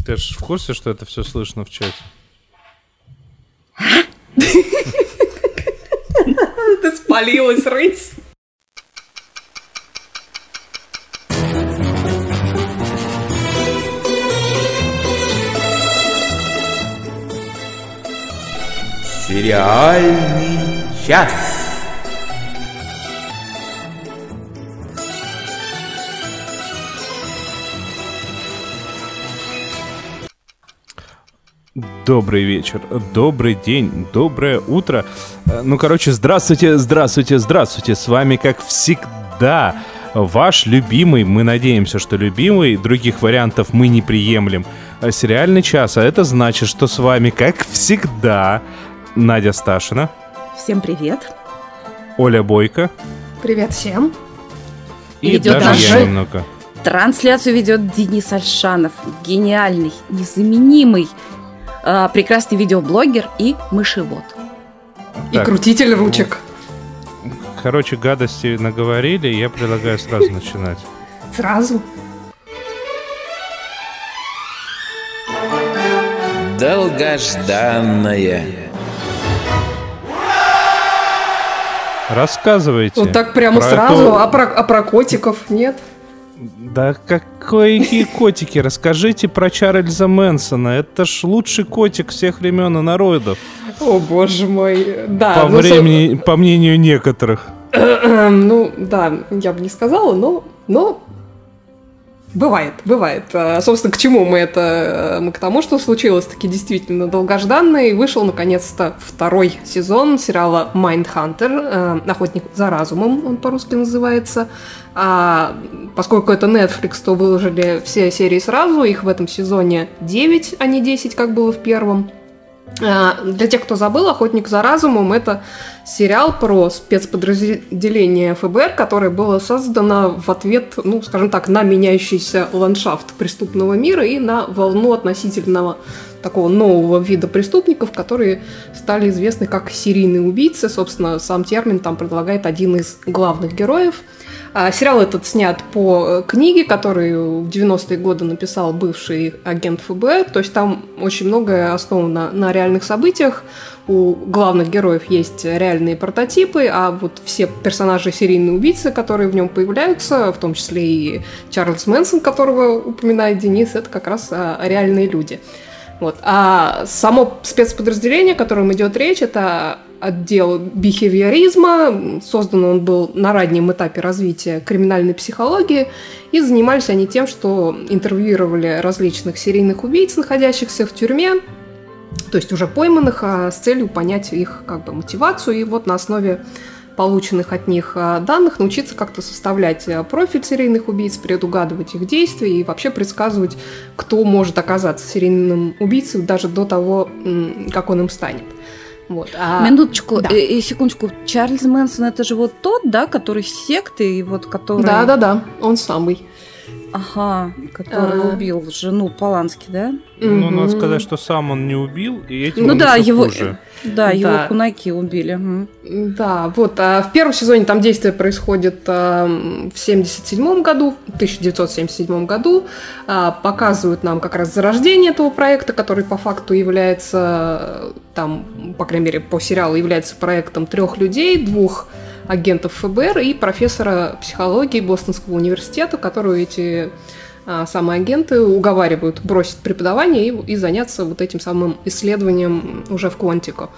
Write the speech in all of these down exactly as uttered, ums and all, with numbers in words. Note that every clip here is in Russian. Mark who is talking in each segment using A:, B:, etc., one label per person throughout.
A: Ты же в курсе, что это все слышно в чате?
B: Ты спалилась, рысь.
C: Сериальный час.
A: Добрый вечер, добрый день, доброе утро. Ну, короче, здравствуйте, здравствуйте, здравствуйте. С вами, как всегда, ваш любимый, мы надеемся, что любимый, других вариантов мы не приемлем, сериальный час. А это значит, что с вами, как всегда, Надя Сташина.
D: Всем привет.
A: Оля Бойко.
B: Привет всем.
A: И
D: Ведет
A: даже
D: нашу
A: я немного.
D: Трансляцию ведет Денис Альшанов. Гениальный, незаменимый, э, прекрасный видеоблогер и мышевод.
B: И
A: Так,
B: крутитель ручек.
A: Короче, гадости наговорили, я предлагаю сразу начинать.
B: Сразу.
C: Долгожданное.
A: Рассказывайте.
B: Вот так прямо
A: про
B: сразу.
A: эту-
B: А, про, а про котиков нет?
A: Да какие котики? Расскажите про Чарльза Мэнсона. Это ж лучший котик всех времен и народов.
B: О, боже мой. Да,
A: По
B: ну,
A: времени, по мнению некоторых.
B: со- ну, да, я бы не сказала, но, но бывает, бывает. А, собственно, к чему мы это? Мы к тому, что случилось таки действительно долгожданно, и вышел, наконец-то, второй сезон сериала «Майндхантер», э, «Охотник за разумом», он по-русски называется. А, поскольку это Netflix, то выложили все серии сразу, их в этом сезоне девять, а не десять, как было в первом. А, Для тех, кто забыл, «Охотник за разумом» — это сериал про спецподразделение эф бэ эр, которое было создано в ответ, ну, скажем так, на меняющийся ландшафт преступного мира и на волну относительного такого нового вида преступников, которые стали известны как серийные убийцы. Собственно, сам термин там предлагает один из главных героев. А, Сериал этот снят по книге, которую в девяностые годы написал бывший агент эф бэ эр. То есть там очень многое основано на реальных событиях. У главных героев есть реальные прототипы, а вот все персонажи серийные убийцы, которые в нем появляются, в том числе и Чарльз Мэнсон, которого упоминает Денис, это как раз а, реальные люди. Вот. А само спецподразделение, о котором идет речь, это отдел бихевиоризма. Создан он был на раннем этапе развития криминальной психологии, и занимались они тем, что интервьюировали различных серийных убийц, находящихся в тюрьме, то есть уже пойманных, а с целью понять их как бы мотивацию, и вот на основе полученных от них данных научиться как-то составлять профиль серийных убийц, предугадывать их действия и вообще предсказывать, кто может оказаться серийным убийцей даже до того, как он им станет. Вот. А...
D: Минуточку,
B: да.
D: и, и секундочку. Чарльз Мэнсон — это же вот тот, да, который с секты, и вот который...
B: Да-да-да, он самый.
D: Ага, который
B: А.
D: убил жену Полански, да?
A: Ну,
B: Мгм.
A: надо сказать, что сам он не убил, и этим
D: Ну
A: он
D: да,
A: еще
D: его,
A: хуже.
D: да, его
B: Да.
D: кунаки убили. Мгм.
B: Да, вот. А в первом сезоне там действие происходит а, в семьдесят седьмом году, в тысяча девятьсот семьдесят седьмом году. А, показывают нам как раз зарождение этого проекта, который по факту является, там, по крайней мере, по сериалу является проектом трех людей, двух агентов эф бэ эр и профессора психологии Бостонского университета, которую эти а, самые агенты уговаривают бросить преподавание и, и заняться вот этим самым исследованием уже в Квантико.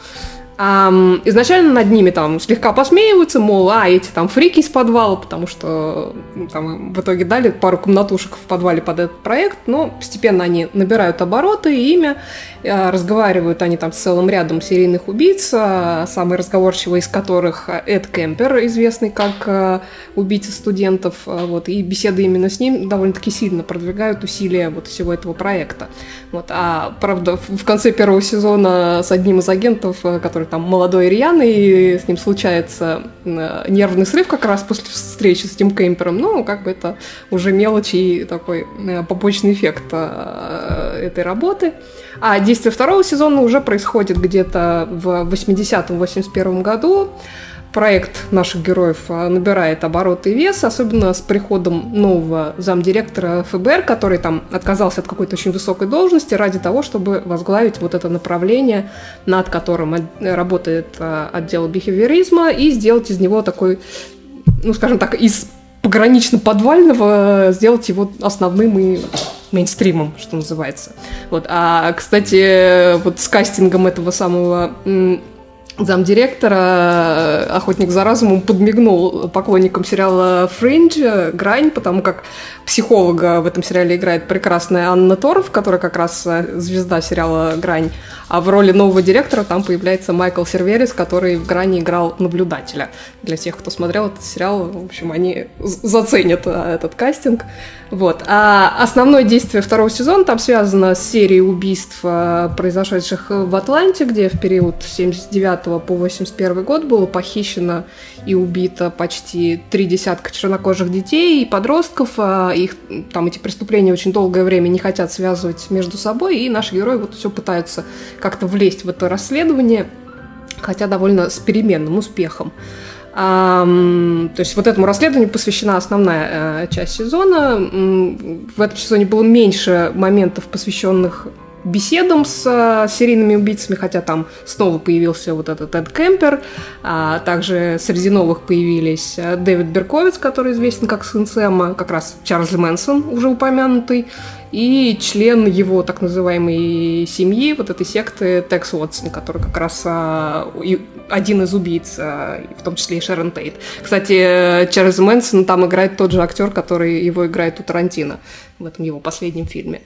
B: А, изначально над ними там слегка посмеиваются, мол, а, эти там фрики из подвала, потому что ну, там в итоге дали пару комнатушек в подвале под этот проект, но постепенно они набирают обороты и имя, а, разговаривают они там с целым рядом серийных убийц, а, самый разговорчивый из которых Эд Кемпер, известный как а, убийца студентов, а, вот, и беседы именно с ним довольно-таки сильно продвигают усилия вот всего этого проекта. Вот, а, правда, в конце первого сезона с одним из агентов, который там молодой и рьяный, и с ним случается нервный срыв как раз после встречи с этим Кемпером. Ну, как бы это уже мелочи и такой побочный эффект этой работы. А действие второго сезона уже происходит где-то в восьмидесятом-восемьдесят первом году. проект наших героев набирает обороты и вес, особенно с приходом нового замдиректора эф бэ эр, который там отказался от какой-то очень высокой должности ради того, чтобы возглавить вот это направление, над которым работает отдел бихевиоризма, и сделать из него такой, ну, скажем так, из погранично-подвального сделать его основным и мейнстримом, что называется. Вот. А, кстати, вот с кастингом этого самого замдиректора «Охотник за разумом» подмигнул поклонникам сериала «Фриндж», «Грань», потому как психолога в этом сериале играет прекрасная Анна Торов, которая как раз звезда сериала «Грань», а в роли нового директора там появляется Майкл Серверис, который в «Грани» играл наблюдателя. Для тех, кто смотрел этот сериал, в общем, они заценят этот кастинг. Вот. А основное действие второго сезона там связано с серией убийств, произошедших в Атланте, где в период с семьдесят девятого по восемьдесят первый год было похищено и убито почти три десятка чернокожих детей и подростков. Их там эти преступления очень долгое время не хотят связывать между собой, и наши герои вот все пытаются как-то влезть в это расследование, хотя довольно с переменным успехом. А, то есть вот этому расследованию посвящена основная а, часть сезона. В этом сезоне было меньше моментов, посвященных беседам с а, серийными убийцами, хотя там снова появился вот этот Эд Кемпер, а также среди новых появились Дэвид Берковиц, который известен как сын Сэма, как раз Чарльз Мэнсон, уже упомянутый, и член его так называемой семьи, вот этой секты, Текс Уотсон, который как раз а, и, один из убийц, а, в том числе и Шерон Тейт. Кстати, Чарльз Мэнсон там играет тот же актер, который его играет у Тарантино в этом его последнем фильме.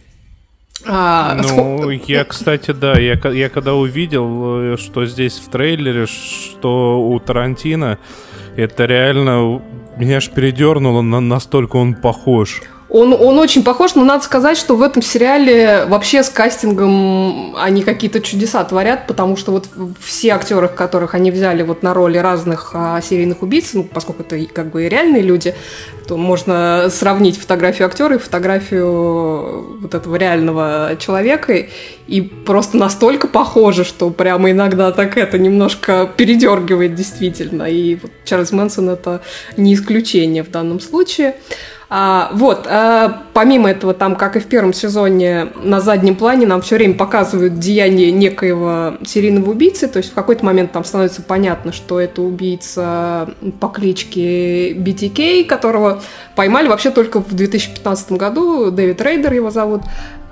A: А, ну, я, кстати, да, я, я когда увидел, что здесь в трейлере, что у Тарантино, это реально меня аж передернуло, на, настолько он похож.
B: Он, он очень похож, но надо сказать, что в этом сериале вообще с кастингом они какие-то чудеса творят, потому что вот все актеры, которых они взяли вот на роли разных а, серийных убийц, ну, поскольку это как бы и реальные люди, то можно сравнить фотографию актера и фотографию вот этого реального человека, и просто настолько похоже, что прямо иногда так это немножко передергивает действительно, и вот Чарльз Мэнсон это не исключение в данном случае. А, вот, а, помимо этого, там, как и в первом сезоне, на заднем плане нам все время показывают деяние некоего серийного убийцы, то есть в какой-то момент там становится понятно, что это убийца по кличке би ти кей, которого поймали вообще только в две тысячи пятнадцатом году, Дэвид Рейдер его зовут.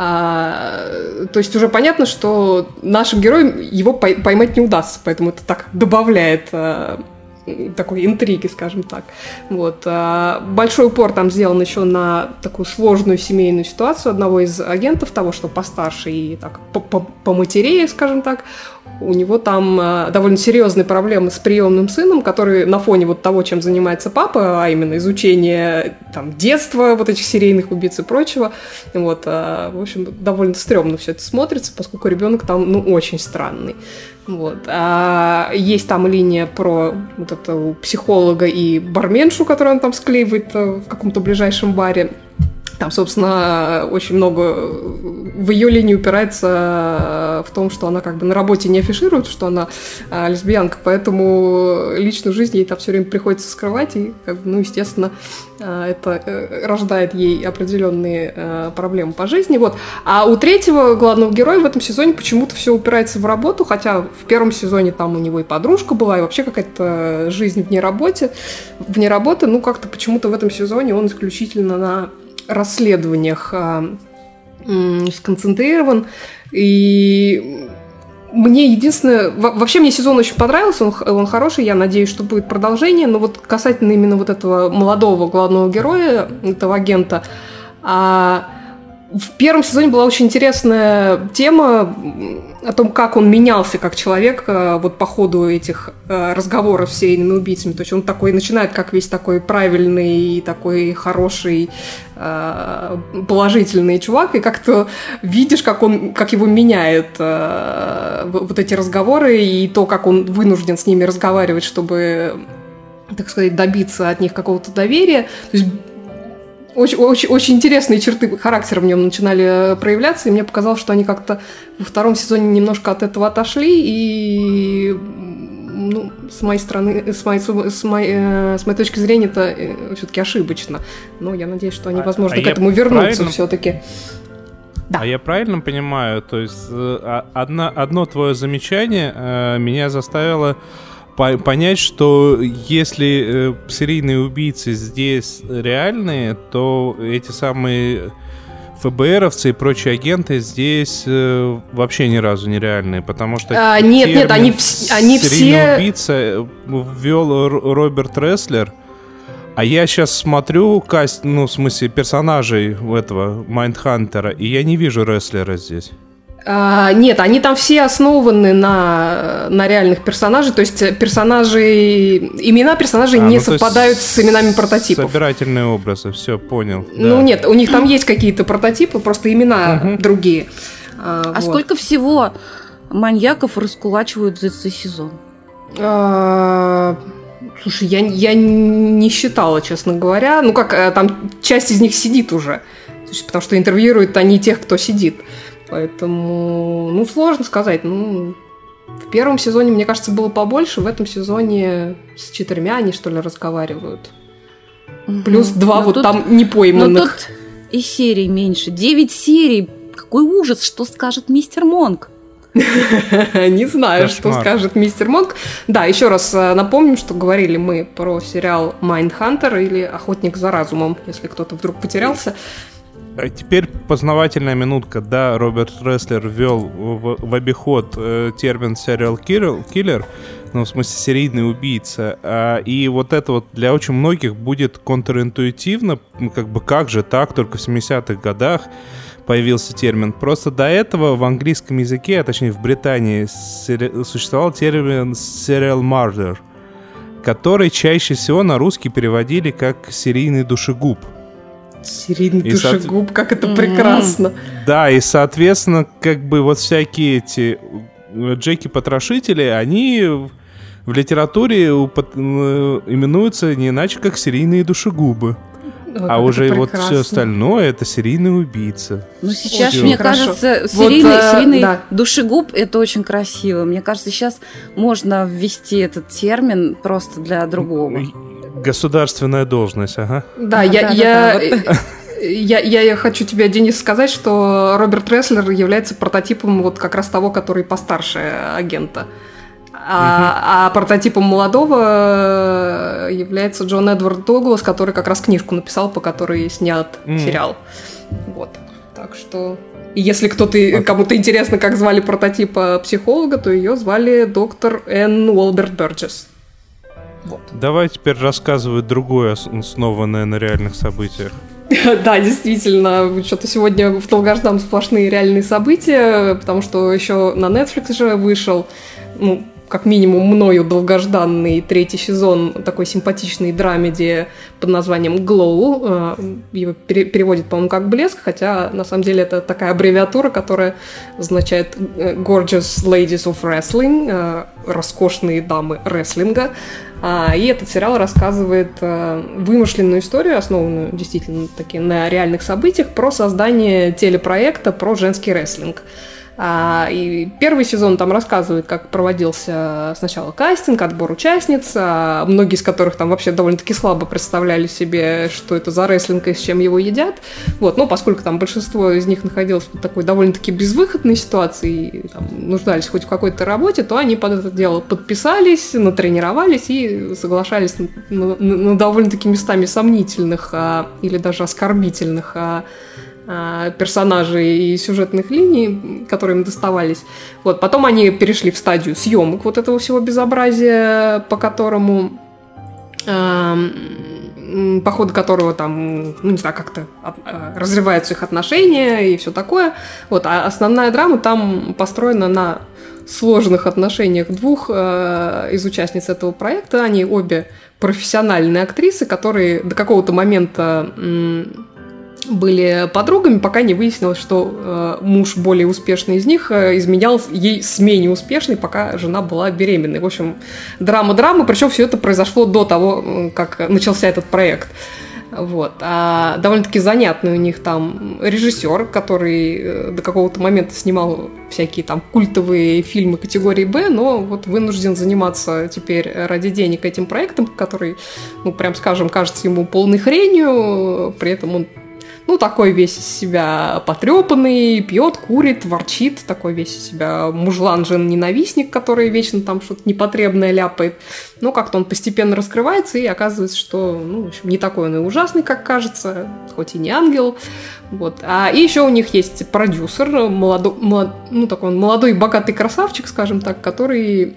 B: А, то есть уже понятно, что нашим героям его поймать не удастся, поэтому это так добавляет а, такой интриги, скажем так. Вот. Большой упор там сделан еще на такую сложную семейную ситуацию одного из агентов, того, что постарше и так поматерее, скажем так. У него там довольно серьезные проблемы с приемным сыном, который на фоне вот того, чем занимается папа, а именно изучение там, детства вот этих серийных убийц и прочего. Вот. В общем, довольно стрёмно все это смотрится, поскольку ребенок там ну, очень странный. Вот. А есть там линия про вот этого психолога и барменшу, которую он там склеивает в каком-то ближайшем баре. Там, собственно, очень много в ее линии упирается в том, что она как бы на работе не афиширует, что она а, лесбиянка, поэтому личную жизнь ей там все время приходится скрывать, и, как бы, ну, естественно, это рождает ей определенные проблемы по жизни. Вот. А у третьего главного героя в этом сезоне почему-то все упирается в работу, хотя в первом сезоне там у него и подружка была, и вообще какая-то жизнь вне работы, вне работы, ну, как-то почему-то в этом сезоне он исключительно на расследованиях э, э, сконцентрирован. И мне единственное... Вообще мне сезон очень понравился, он, он хороший, я надеюсь, что будет продолжение, но вот касательно именно вот этого молодого главного героя, этого агента, а в первом сезоне была очень интересная тема о том, как он менялся как человек вот по ходу этих разговоров с серийными убийцами. То есть он такой начинает как весь такой правильный, такой хороший, положительный чувак, и как-то видишь, как, он, как его меняет вот эти разговоры и то, как он вынужден с ними разговаривать, чтобы, так сказать, добиться от них какого-то доверия. То есть Очень, очень, очень интересные черты характера в нем начинали проявляться, и мне показалось, что они как-то во втором сезоне немножко от этого отошли, и Ну, с моей стороны, с моей, с моей, с моей точки зрения, это все-таки ошибочно. Но я надеюсь, что они, возможно, а, а к этому вернутся правильно... все-таки.
A: Да. А я правильно понимаю, то есть одно, одно твое замечание э, меня заставило по- понять, что если э, серийные убийцы здесь реальные, то эти самые ФБРовцы и прочие агенты здесь э, вообще ни разу не реальные, потому что
B: а, нет, нет, они, вс- они
A: серийный
B: все...
A: убийца ввел Роберт Реслер. А я сейчас смотрю каст, ну, в смысле, персонажей этого Майндхантера, и я не вижу Реслера здесь.
B: А, нет, они там все основаны на, на реальных персонажей, то есть персонажи, имена персонажей а, не ну, совпадают с именами прототипов.
A: Собирательные образы, все, понял.
B: Ну
A: да.
B: Нет, у них там есть какие-то прототипы, просто имена угу. другие.
D: А, а вот. Сколько всего маньяков раскулачивают за этот сезон?
B: А... Слушай, я, я не считала, честно говоря. Ну как, там часть из них сидит уже. Потому что интервьюируют они тех, кто сидит. Поэтому, ну, сложно сказать. Ну, в первом сезоне, мне кажется, было побольше. В этом сезоне с четырьмя они, что ли, разговаривают. Угу. Плюс два но вот тут, там непойманных.
D: Но тут и серий меньше. Девять серий. Какой ужас, что скажет мистер Монк?
B: Не знаю, что скажет мистер Монк. Да, еще раз напомним, что говорили мы про сериал «Майндхантер» или «Охотник за разумом», если кто-то вдруг потерялся.
A: Теперь познавательная минутка. Да, Роберт Реслер ввел в, в обиход э, термин «serial killer», ну, в смысле, серийный убийца. А, и вот это вот для очень многих будет контринтуитивно, ну, как бы как же так, только в семидесятых годах появился термин. Просто до этого в английском языке, а точнее в Британии, сери- существовал термин «serial murder», который чаще всего на русский переводили как «серийный душегуб».
B: Серийный и душегуб, со... как это mm-hmm. прекрасно.
A: Да, и, соответственно, как бы вот всякие эти Джеки-потрошители, они в литературе упот... именуются не иначе, как серийные душегубы. Ой, а уже прекрасно. Вот все остальное — это серийный убийца.
D: Ну, сейчас, все. Мне хорошо. Кажется, серийный, вот, серийный да. душегуб — это очень красиво. Мне кажется, сейчас можно ввести этот термин просто для другого.
A: Государственная должность, ага.
B: Да, я, да, я, да, да. Я, я, я хочу тебе, Денис, сказать, что Роберт Реслер является прототипом вот как раз того, который постарше агента. А, а прототипом молодого является Джон Эдвард Дуглас, который как раз книжку написал, по которой снят mm. сериал. Вот. Так что... И если кто-то, кому-то интересно, как звали прототипа психолога, то ее звали доктор Энн Уолберт Бёрджес.
A: Вот. Давай теперь рассказывать другое, основанное на реальных событиях.
B: Да, действительно, что-то сегодня в долгожданном сплошные реальные события, потому что еще на Netflix же вышел, ну, как минимум мною долгожданный третий сезон такой симпатичной драмеди под названием Glow. Его переводит, по-моему, как «Блеск», хотя на самом деле это такая аббревиатура, которая означает Gorgeous Ladies of Wrestling, роскошные дамы рестлинга. И этот сериал рассказывает вымышленную историю, основанную действительно таки на реальных событиях, про создание телепроекта про женский рестлинг. И первый сезон там рассказывает, как проводился сначала кастинг, отбор участниц, многие из которых там вообще довольно-таки слабо представляли себе, что это за рестлинг и с чем его едят. Вот. Но поскольку там большинство из них находилось в такой довольно-таки безвыходной ситуации и там, нуждались хоть в какой-то работе, то они под это дело подписались, натренировались и соглашались на, на, на довольно-таки местами сомнительных а, или даже оскорбительных а, персонажей и сюжетных линий, которые им доставались. Вот. Потом они перешли в стадию съемок вот этого всего безобразия, по которому э, по ходу которого там, ну не знаю, как-то э, разрываются их отношения и все такое. Вот. А основная драма там построена на сложных отношениях двух э, из участниц этого проекта. Они обе профессиональные актрисы, которые до какого-то момента э, были подругами, пока не выяснилось, что э, муж более успешный из них э, изменял ей с менее успешной, пока жена была беременной. В общем, драма-драма, причем все это произошло до того, как начался этот проект. Вот. А довольно-таки занятный у них там режиссер, который до какого-то момента снимал всякие там культовые фильмы категории Б, но вот вынужден заниматься теперь ради денег этим проектом, который, ну, прям скажем, кажется ему полной хренью, при этом он ну, такой весь из себя потрепанный, пьет, курит, ворчит, такой весь из себя мужлан, жен-ненавистник, который вечно там что-то непотребное ляпает. Но как-то он постепенно раскрывается, и оказывается, что, ну, в общем, не такой он и ужасный, как кажется, хоть и не ангел. Вот. А, и еще у них есть продюсер, молодой, молод, ну, такой он молодой богатый красавчик, скажем так, который...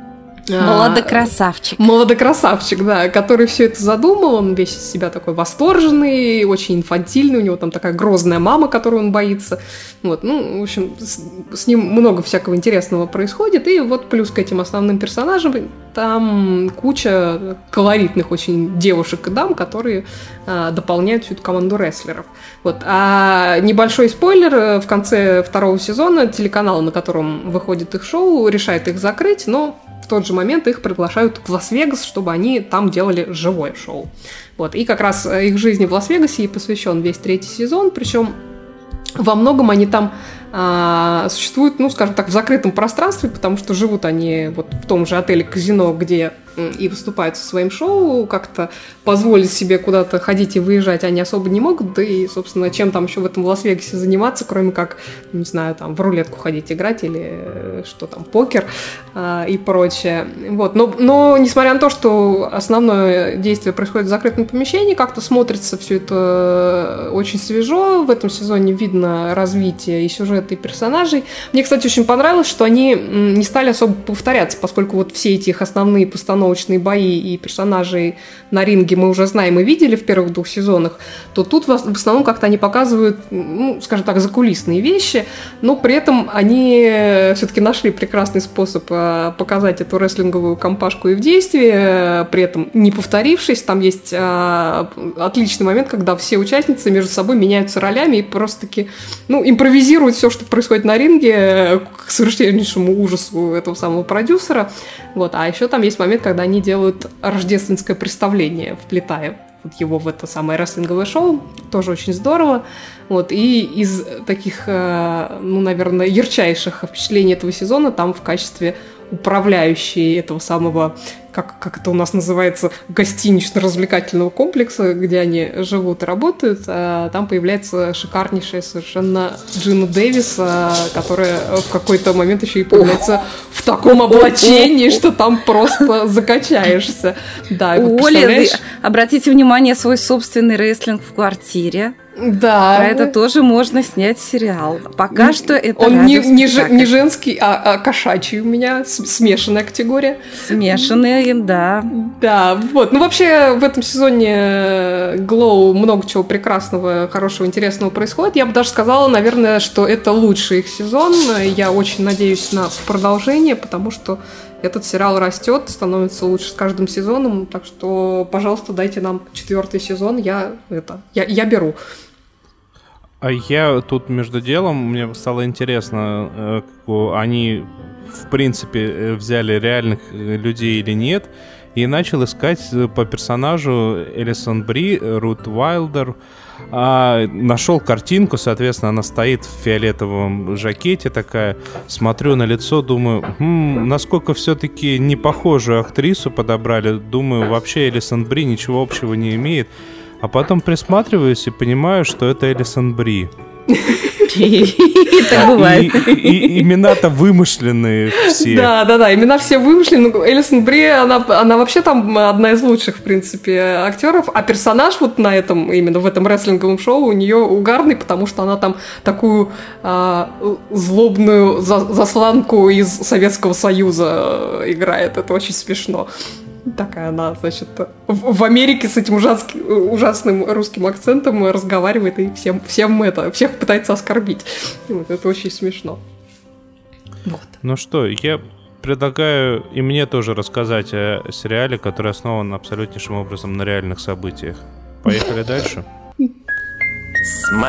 D: Молодокрасавчик.
B: Молодокрасавчик, да, который все это задумал, он весь из себя такой восторженный, очень инфантильный, у него там такая грозная мама, которую он боится. Вот, ну, в общем, с, с ним много всякого интересного происходит, и вот плюс к этим основным персонажам там куча колоритных очень девушек и дам, которые а, дополняют всю эту команду рестлеров. Вот. А небольшой спойлер, в конце второго сезона телеканал, на котором выходит их шоу, решает их закрыть, но в тот же момент их приглашают в Лас-Вегас, чтобы они там делали живое шоу. Вот. И как раз их жизни в Лас-Вегасе и посвящен весь третий сезон, причем во многом они там а, существуют, ну, скажем так, в закрытом пространстве, потому что живут они вот в том же отеле-казино, где и выступают со своим шоу, как-то позволить себе куда-то ходить и выезжать они особо не могут, да и, собственно, чем там еще в этом Лас-Вегасе заниматься, кроме как, не знаю, там, в рулетку ходить играть или что там, покер а, и прочее. Вот. Но, но, несмотря на то, что основное действие происходит в закрытом помещении, как-то смотрится все это очень свежо, в этом сезоне видно развитие и сюжета, и персонажей. Мне, кстати, очень понравилось, что они не стали особо повторяться, поскольку вот все эти их основные постановки, научные бои и персонажей на ринге мы уже знаем и видели в первых двух сезонах, то тут в основном как-то они показывают, ну, скажем так, закулисные вещи, но при этом они все-таки нашли прекрасный способ показать эту рестлинговую компашку и в действии, при этом не повторившись. Там есть отличный момент, когда все участницы между собой меняются ролями и просто-таки, ну, импровизируют все, что происходит на ринге, к совершеннейшему ужасу этого самого продюсера. Вот. А еще там есть момент, когда они делают рождественское представление, вплетая вот его в это самое рестлинговое шоу. Тоже очень здорово. Вот. И из таких, ну, наверное, ярчайших впечатлений этого сезона там в качестве управляющей этого самого, как, как это у нас называется, гостинично-развлекательного комплекса, где они живут и работают, а там появляется шикарнейшая совершенно Джина Дэвис, которая в какой-то момент еще и появляется в таком облачении, что там просто закачаешься. Да,
D: вот, Оля, обратите внимание, свой собственный рестлинг в квартире.
B: Да.
D: Про это тоже можно снять сериал. Пока что это
B: он не, не, ж, не женский, а, а кошачий у меня, смешанная категория.
D: Смешанные, да.
B: Да, вот. Ну, вообще, в этом сезоне Glow много чего прекрасного, хорошего, интересного происходит. Я бы даже сказала, наверное, что это лучший их сезон. Я очень надеюсь на продолжение, потому что этот сериал растет, становится лучше с каждым сезоном. Так что, пожалуйста, дайте нам четвертый сезон. Я, это, я, я беру.
A: А я тут между делом, мне стало интересно, они в принципе взяли реальных людей или нет, и начал искать по персонажу Элисон Бри, Рут Уайлдер. А, нашел картинку, соответственно, она стоит в фиолетовом жакете такая. Смотрю на лицо, думаю, хм, насколько все-таки не похожую актрису подобрали. Думаю, вообще Элисон Бри ничего общего не имеет. А потом присматриваюсь и понимаю, что это Элисон Бри.
D: Так бывает.
A: И, и, и имена-то вымышленные все.
B: Да, да, да, имена все вымышленные. Элисон Бри, она, она вообще там одна из лучших, в принципе, актеров. А персонаж вот на этом, именно в этом рестлинговом шоу у нее угарный, потому что она там такую а, злобную за, засланку из Советского Союза играет. Это очень смешно. Такая она, значит, в Америке с этим ужасным, ужасным русским акцентом разговаривает и всем, всем это, всех пытается оскорбить. Вот, это очень смешно.
A: Вот. Ну что, я предлагаю и мне тоже рассказать о сериале, который основан абсолютнейшим образом на реальных событиях. Поехали дальше.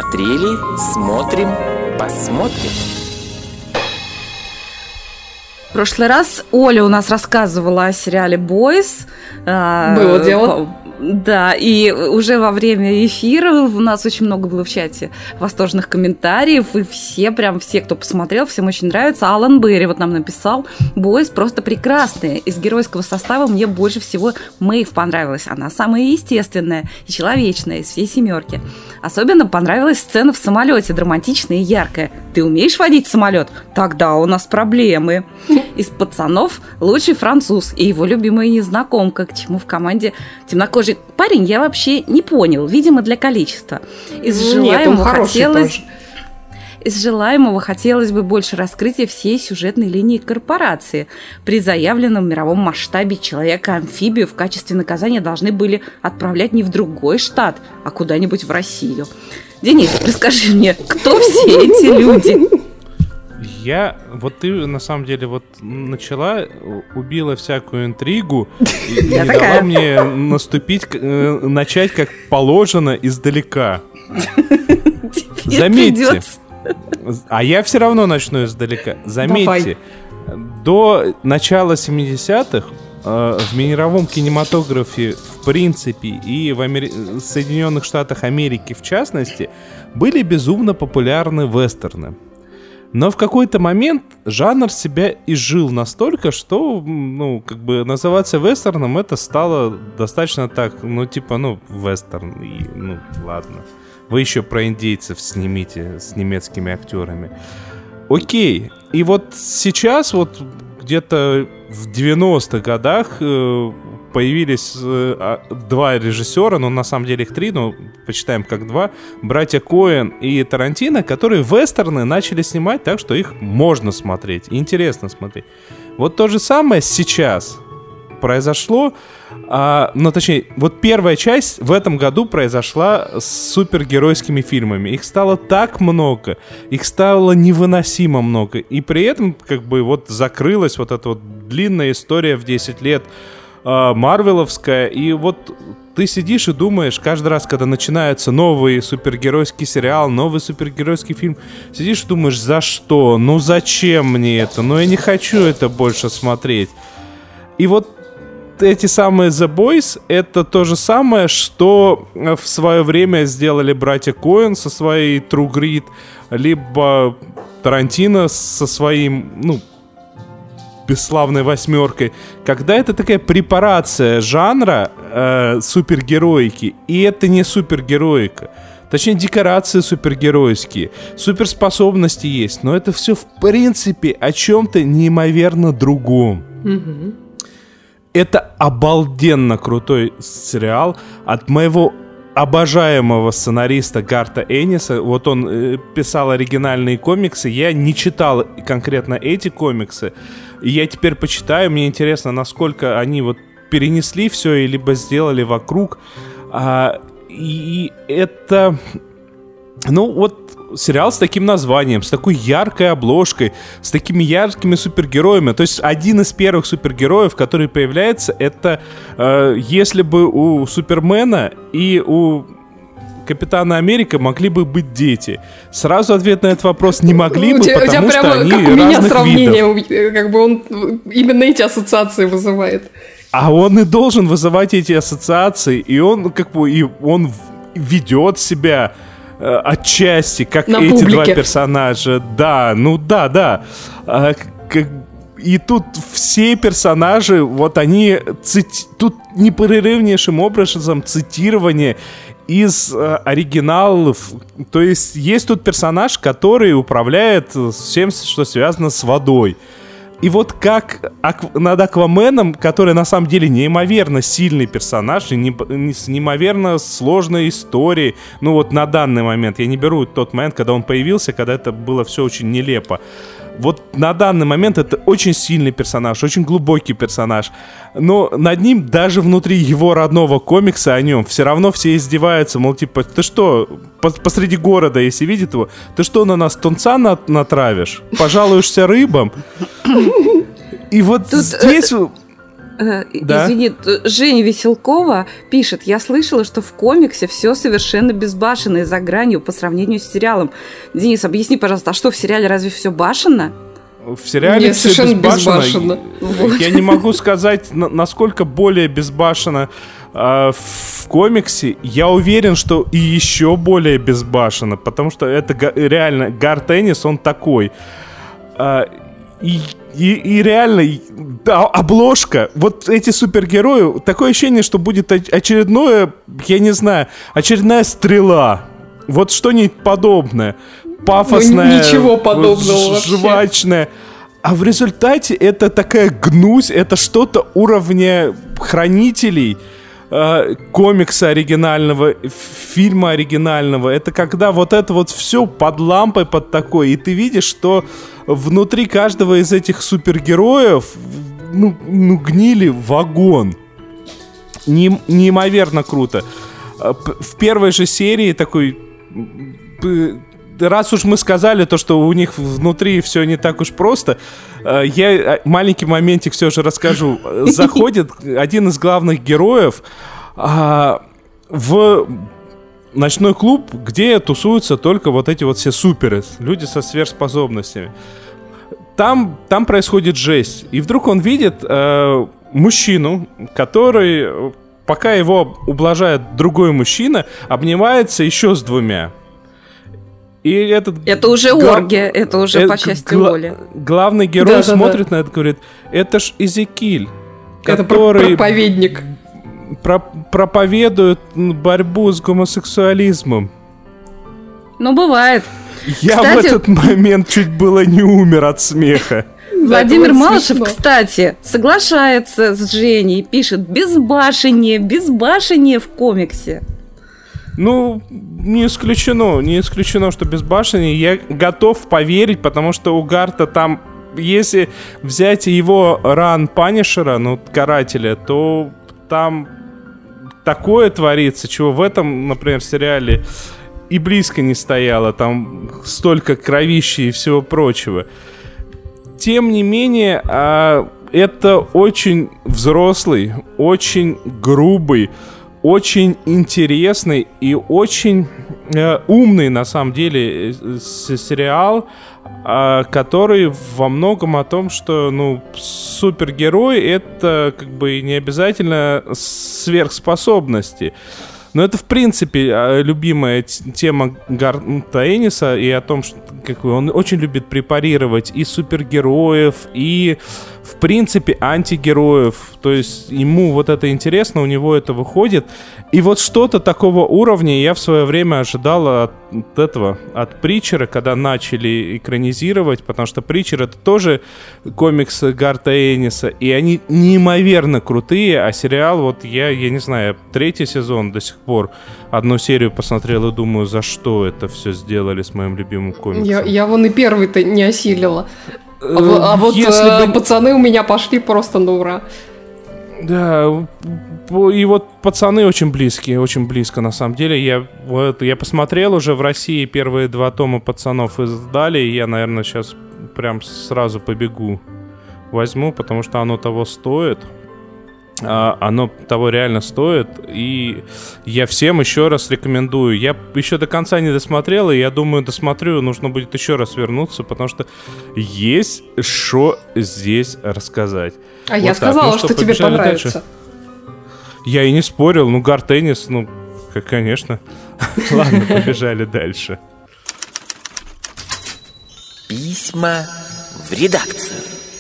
C: Смотрели, смотрим, посмотрим.
D: прошлый раз Оля у нас рассказывала о сериале «Бойс».
B: Было дело.
D: Да, и уже во время эфира у нас очень много было в чате восторженных комментариев, и все, прям все, кто посмотрел, всем очень нравится. Алан Берри вот нам написал: «Бойс просто прекрасные. Из геройского состава мне больше всего Мэйв понравилась. Она самая естественная и человечная из всей семерки. Особенно понравилась сцена в самолете, драматичная и яркая. Ты умеешь водить самолет? Тогда у нас проблемы. Из пацанов лучший француз и его любимая незнакомка, к чему в команде темнокожий парень, я вообще не понял, видимо, для количества. Из желаемого хотелось... Из желаемого хотелось бы больше раскрытия всей сюжетной линии корпорации. При заявленном мировом масштабе человека-амфибию в качестве наказания должны были отправлять не в другой штат, а куда-нибудь в Россию. Денис, расскажи мне, кто все эти люди?»
A: Я, вот ты на самом деле вот начала, убила всякую интригу и не дала мне наступить, начать как положено издалека. Заметьте, а я все равно начну издалека. Заметьте, до начала семидесятых в мировом кинематографе в принципе и в Амери... Соединенных Штатах Америки в частности были безумно популярны вестерны. Но в какой-то момент жанр себя изжил настолько, что, ну, как бы называться вестерном это стало достаточно так, ну, типа, ну, вестерн, и, ну, ладно. Вы еще про индейцев снимите с немецкими актерами. Окей, и вот сейчас вот где-то в девяностых годах э, появились э, два режиссера, но на самом деле их три, но почитаем как два, братья Коэн и Тарантино, которые вестерны начали снимать так, что их можно смотреть, интересно смотреть. Вот то же самое сейчас произошло, а, ну точнее, вот первая часть в этом году произошла с супергеройскими фильмами. Их стало так много, их стало невыносимо много, и при этом как бы вот закрылась вот эта вот длинная история в десять лет а, марвеловская, и вот ты сидишь и думаешь, каждый раз, когда начинается новый супергеройский сериал, новый супергеройский фильм, сидишь и думаешь, за что? Ну зачем мне это? Ну я не хочу это больше смотреть. И вот эти самые The Boys — это то же самое, что в свое время сделали братья Коэн со своей True Grit, либо Тарантино со своим, ну, бесславной восьмеркой, когда это такая препарация жанра э, супергероики, и это не супергероика. Точнее, декорации супергеройские, суперспособности есть, но это все в принципе о чем-то неимоверно другом. Mm-hmm. Это обалденно крутой сериал от моего обожаемого сценариста Гарта Энниса. Вот он э, писал оригинальные комиксы. Я не читал конкретно эти комиксы. И я теперь почитаю. Мне интересно, насколько они вот перенесли все и либо сделали вокруг. А, и это... Ну, вот сериал с таким названием, с такой яркой обложкой, с такими яркими супергероями. То есть один из первых супергероев, который появляется, это э, если бы у Супермена и у Капитана Америка могли бы быть дети. Сразу ответ на этот вопрос: не могли бы,
B: тебя,
A: потому
B: тебя
A: что они
B: как у меня
A: разных
B: сравнение,
A: видов.
B: Как бы он именно эти ассоциации вызывает.
A: А он и должен вызывать эти ассоциации, и он как бы и он ведет себя отчасти, как на эти публике. Два персонажа. Да, ну да, да. А, как, и тут все персонажи, вот они цити... тут непрерывнейшим образом цитирование из э, оригиналов. То есть есть тут персонаж, который управляет всем, что связано с водой. И вот как Акв... над Акваменом, который на самом деле неимоверно сильный персонаж и не... Не... с неимоверно сложной историей, ну вот на данный момент, я не беру тот момент, когда он появился, когда это было все очень нелепо. Вот на данный момент это очень сильный персонаж, очень глубокий персонаж. Но над ним, даже внутри его родного комикса о нем, все равно все издеваются, мол, типа, ты что, посреди города, если видит его, ты что, на нас тунца натравишь? Пожалуешься рыбам? И вот Тут, здесь...
D: Э, э, да? Извини, Женя Веселкова пишет: я слышала, что в комиксе все совершенно безбашенно и за гранью по сравнению с сериалом. Денис, объясни, пожалуйста, а что, в сериале разве все башенно?
A: В сериале
B: Нет,
A: все
B: совершенно
A: безбашенно.
B: безбашенно.
A: Я не могу сказать, насколько более безбашенно э, в комиксе. Я уверен, что и еще более безбашенно, потому что это реально Гарт Эннис, он такой. Э, и, и, и реально, да, обложка, вот эти супергерои, такое ощущение, что будет очередное, я не знаю, очередная стрела. Вот что-нибудь подобное. Пафосная,
B: ну, ничего подобного
A: жвачная. Вообще. А в результате это такая гнусь, это что-то уровня хранителей э, комикса оригинального, фильма оригинального. Это когда вот это вот все под лампой, под такой, и ты видишь, что внутри каждого из этих супергероев ну, ну гнили вагон. Не, неимоверно круто. В первой же серии такой... Раз уж мы сказали то, что у них внутри все не так уж просто, я маленький моментик все же расскажу. Заходит один из главных героев а, в ночной клуб, где тусуются только вот эти вот все суперы, люди со сверхспособностями. Там, там происходит жесть. И вдруг он видит э, мужчину, который, пока его ублажает другой мужчина, обнимается еще с двумя. И этот
D: это уже гла... оргия, это уже это по части гла... воли.
A: Главный герой да, смотрит да, да. на это и говорит, это ж Эзекиль,
B: это
A: который
B: проповедник.
A: Про- проповедует борьбу с гомосексуализмом.
D: Ну, бывает.
A: Я кстати... в этот момент чуть было не умер от смеха.
D: Владимир Малышев, кстати, соглашается с Женей, пишет безбашеннее, безбашеннее в комиксе.
A: Ну, не исключено, не исключено, что безбашеннее. Я готов поверить, потому что у Гарта там, если взять его ран Панишера, ну, карателя, то там такое творится, чего в этом, например, сериале и близко не стояло. Там столько кровищи и всего прочего. Тем не менее, это очень взрослый, очень грубый, очень интересный и очень э, умный, на самом деле, сериал, э, который во многом о том, что, ну, супергерой — это как бы не обязательно сверхспособности. Но это, в принципе, любимая тема Гарта Энниса и о том, что как он очень любит препарировать и супергероев, и, в принципе, антигероев. То есть ему вот это интересно, у него это выходит. И вот что-то такого уровня я в свое время ожидал от этого, от Притчера, когда начали экранизировать, потому что Притчер — это тоже комикс Гарта Энниса, и они неимоверно крутые, а сериал, вот я, я не знаю, третий сезон до сих пор одну серию посмотрел и думаю, за что это все сделали с моим любимым комиксом.
B: Я, я вон и первый-то не осилила. А, а вот Если бы... пацаны у меня пошли просто на ура.
A: Да, и вот пацаны очень близкие, очень близко на самом деле. Я, вот, я посмотрел уже в России первые два тома пацанов издали, и я, наверное, сейчас прям сразу побегу возьму, потому что оно того стоит. А, оно того реально стоит, и я всем еще раз рекомендую. Я еще до конца не досмотрел, и я думаю, досмотрю, нужно будет еще раз вернуться, потому что есть что здесь рассказать.
B: А вот я так. сказала, ну, что, что тебе понравится. Дальше.
A: Я и не спорил, ну Гарт Эннис, ну, конечно. Ладно, побежали дальше.
C: Письма в редакцию.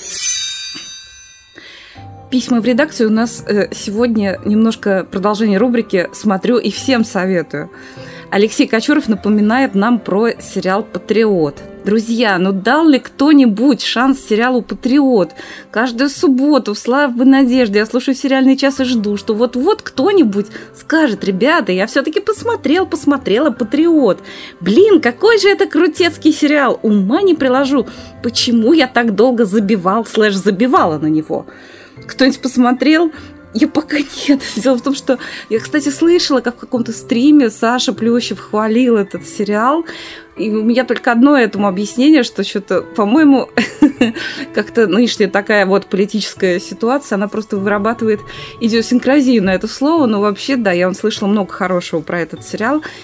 D: Письма в редакцию у нас э, сегодня немножко продолжение рубрики «Смотрю и всем советую». Алексей Кочуров напоминает нам про сериал «Патриот». Друзья, ну дал ли кто-нибудь шанс сериалу «Патриот»? Каждую субботу в «Славной надежде» я слушаю «Сериальный час» и жду, что вот-вот кто-нибудь скажет: ребята, я все-таки посмотрел, посмотрела «Патриот». Блин, какой же это крутецкий сериал! Ума не приложу, почему я так долго забивал, слэш забивала на него. Кто-нибудь посмотрел? Я пока нет. Дело в том, что я, кстати, слышала, как в каком-то стриме Саша Плющев хвалил этот сериал. И у меня только одно этому объяснение, что что-то, по-моему, как-то нынешняя такая вот политическая ситуация, она просто вырабатывает идиосинкразию на это слово. Но вообще, да, я слышала много хорошего про этот сериал. И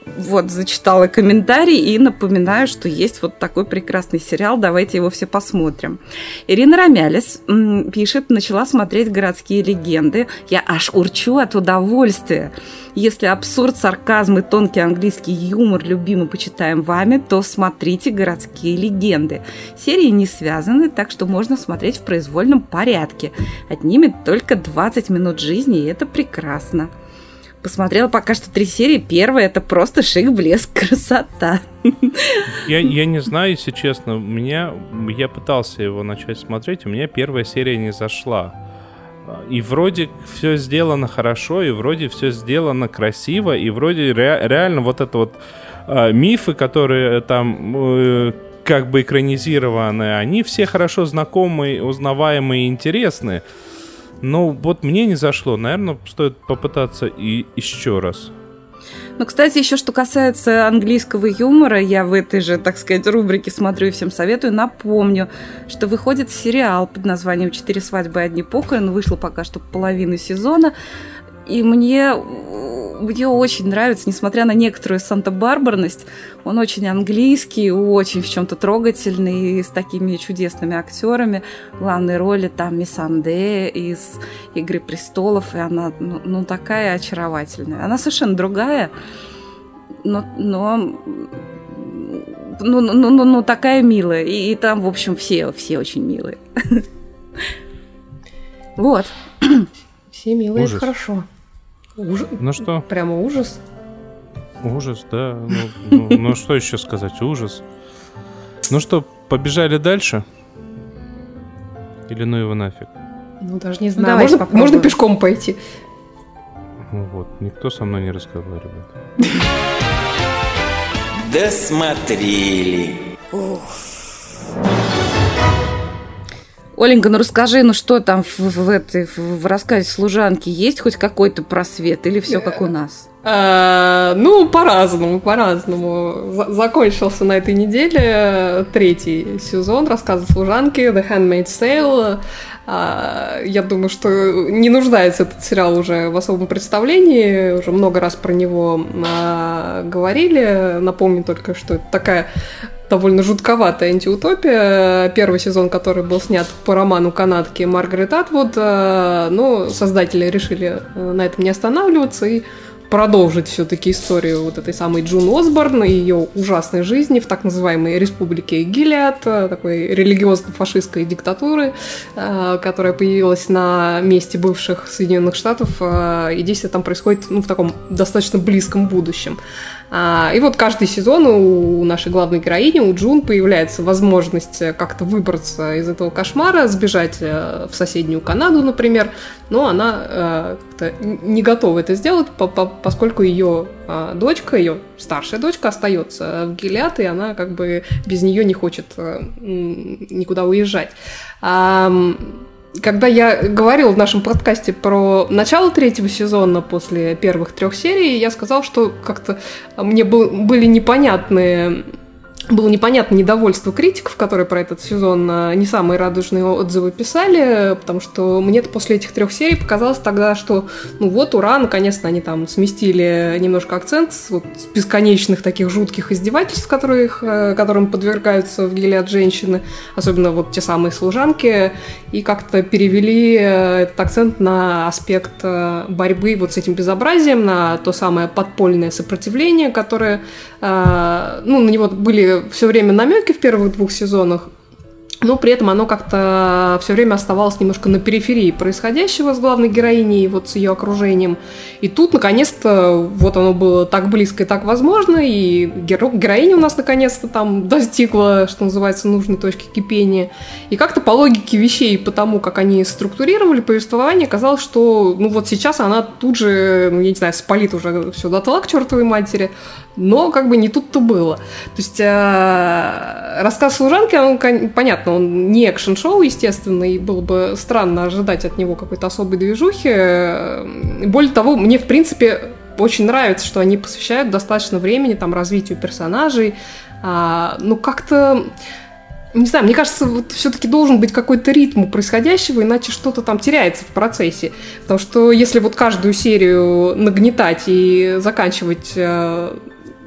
D: вот зачитала комментарий и напоминаю, что есть вот такой прекрасный сериал, давайте его все посмотрим. Ирина Ромялис м, пишет, начала смотреть «Городские легенды». Я аж урчу от удовольствия. Если абсурд, сарказм и тонкий английский юмор любимы почитаем вами, то смотрите «Городские легенды». Серии не связаны, так что можно смотреть в произвольном порядке. Отнимет только двадцать минут жизни, и это прекрасно. Посмотрела пока что три серии. Первая — это просто шик, блеск, красота.
A: Я, я не знаю, если честно. У меня, я пытался его начать смотреть, у меня первая серия не зашла. И вроде все сделано хорошо, и вроде все сделано красиво, и вроде ре, реально вот это вот э, мифы, которые там э, как бы экранизированы, они все хорошо знакомые, узнаваемые и интересные. Но вот мне не зашло. Наверное, стоит попытаться и еще раз.
D: Ну, кстати, еще что касается английского юмора, я в этой же, так сказать, рубрике смотрю и всем советую. Напомню, что выходит сериал под названием «Четыре свадьбы и одни похороны». Вышла пока что половина сезона. И мне, мне очень нравится, несмотря на некоторую санта-барбарность, он очень английский, очень в чем-то трогательный, с такими чудесными актерами. Главные роли там Мисанде из «Игры престолов», и она ну, ну, такая очаровательная. Она совершенно другая, но, но ну, ну, ну, ну, такая милая. И, и там, в общем, все, все очень милые. Вот.
B: Все милые,
A: Ужас.
B: это хорошо. Уж...
A: Ну что?
B: Прямо ужас.
A: Ужас, да. Ну, ну, ну что еще сказать? Ужас. Ну что, побежали дальше? Или ну его нафиг?
B: Ну, даже не
D: Ну,
B: знаю.
D: давайте
B: Можно,
D: попробуем.
B: можно пешком пойти.
A: Ну вот, никто со мной не разговаривает.
C: Досмотрели.
D: Оленька, ну расскажи, ну что там в, в, этой, в, в рассказе «Служанки» есть хоть какой-то просвет или все как у нас?
B: А, ну, по-разному, по-разному. За- закончился на этой неделе третий сезон рассказа «Служанки» The Handmaid's Tale. А, я думаю, что не нуждается этот сериал уже в особом представлении. Уже много раз про него а, говорили. Напомню только, что это такая довольно жутковатая антиутопия. Первый сезон, который был снят по роману канадки Маргарет Атвуд, но создатели решили на этом не останавливаться и продолжить все-таки историю вот этой самой Джун Осборн и ее ужасной жизни в так называемой республике Гилеад, такой религиозно-фашистской диктатуры, которая появилась на месте бывших Соединенных Штатов, и действие там происходит ну, в таком достаточно близком будущем. И вот каждый сезон у нашей главной героини, у Джун, появляется возможность как-то выбраться из этого кошмара, сбежать в соседнюю Канаду, например, но она как-то не готова это сделать, поскольку ее дочка, ее старшая дочка остается в Гилеад, и она как бы без нее не хочет никуда уезжать. Когда я говорила в нашем подкасте про начало третьего сезона после первых трех серий, я сказала, что как-то мне был, были непонятные... Было непонятно недовольство критиков, которые про этот сезон не самые радужные отзывы писали, потому что мне после этих трех серий показалось тогда, что ну вот, ура, наконец-то они там сместили немножко акцент с, вот, с бесконечных таких жутких издевательств, которых, которым подвергаются в Гилеад женщины, особенно вот те самые служанки, и как-то перевели этот акцент на аспект борьбы вот с этим безобразием, на то самое подпольное сопротивление, которое, ну, на него были все время намеки в первых двух сезонах, но при этом оно как-то все время оставалось немножко на периферии происходящего с главной героиней и вот с ее окружением. И тут, наконец-то, вот оно было так близко и так возможно, и геро- героиня у нас, наконец-то, там достигла, что называется, нужной точки кипения. И как-то по логике вещей, по тому, как они структурировали повествование, казалось, что, ну, вот сейчас она тут же, ну, я не знаю, спалит уже все дотла к чертовой матери, но как бы не тут-то было. То есть э, рассказ «Служанки», он, понятно, он не экшн-шоу, естественно, и было бы странно ожидать от него какой-то особой движухи. Более того, мне, в принципе, очень нравится, что они посвящают достаточно времени там, развитию персонажей. А, ну, как-то... Не знаю, мне кажется, вот все-таки должен быть какой-то ритм у происходящего, иначе что-то там теряется в процессе. Потому что если вот каждую серию нагнетать и заканчивать...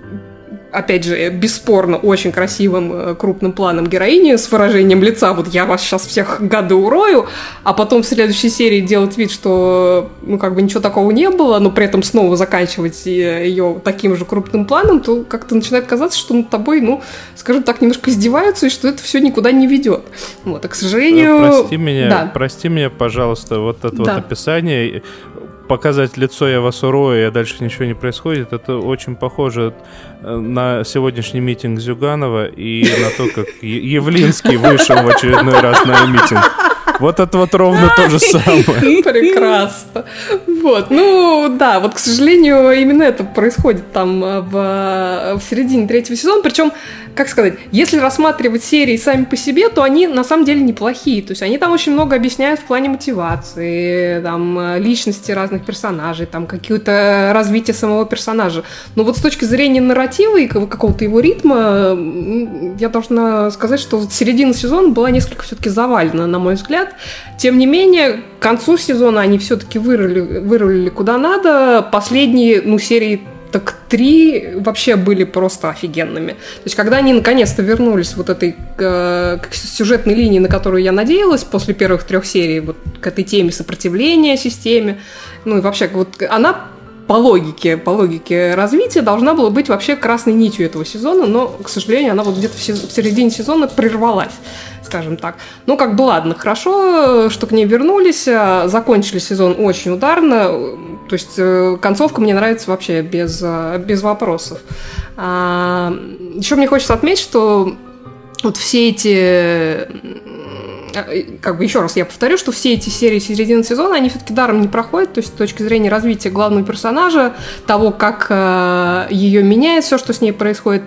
B: опять же, бесспорно, очень красивым крупным планом героини с выражением лица, вот я вас сейчас всех гады урою, а потом в следующей серии делать вид, что, ну, как бы ничего такого не было, но при этом снова заканчивать ее таким же крупным планом, то как-то начинает казаться, что над тобой, ну, скажем так, немножко издеваются, и что это все никуда не ведет. Вот, а, к сожалению...
A: Прости меня,
B: да.
A: прости меня, пожалуйста, вот это
B: да.
A: вот описание... Показать лицо «я вас урою», а дальше ничего не происходит, это очень похоже на сегодняшний митинг Зюганова и на то, как Явлинский вышел в очередной раз на митинг. Вот это вот ровно то же самое.
B: Прекрасно. Вот, ну да, вот, к сожалению, именно это происходит там в, в середине третьего сезона. Причем, как сказать, если рассматривать серии сами по себе, то они на самом деле неплохие. То есть они там очень много объясняют в плане мотивации, там, личности разных персонажей, там, какое-то развитие самого персонажа. Но вот с точки зрения нарратива и какого-то его ритма, я должна сказать, что вот середина сезона была несколько все-таки завалена, на мой взгляд. Тем не менее, к концу сезона они все-таки вырулили, вырулили куда надо. Последние, ну, серии так три вообще были просто офигенными. То есть, когда они наконец-то вернулись вот этой э, к сюжетной линии, на которую я надеялась после первых трех серий, вот к этой теме сопротивления системе, ну и вообще, вот она по логике, по логике развития должна была быть вообще красной нитью этого сезона, но, к сожалению, она вот где-то в, сез- в середине сезона прервалась, скажем так. Ну, как бы, ладно, хорошо, что к ней вернулись, закончили сезон очень ударно, то есть концовка мне нравится вообще без, без вопросов. А, еще мне хочется отметить, что вот все эти... Как бы еще раз я повторю, что все эти серии середины сезона, они все-таки даром не проходят, то есть с точки зрения развития главного персонажа, того, как э, ее меняет, все, что с ней происходит,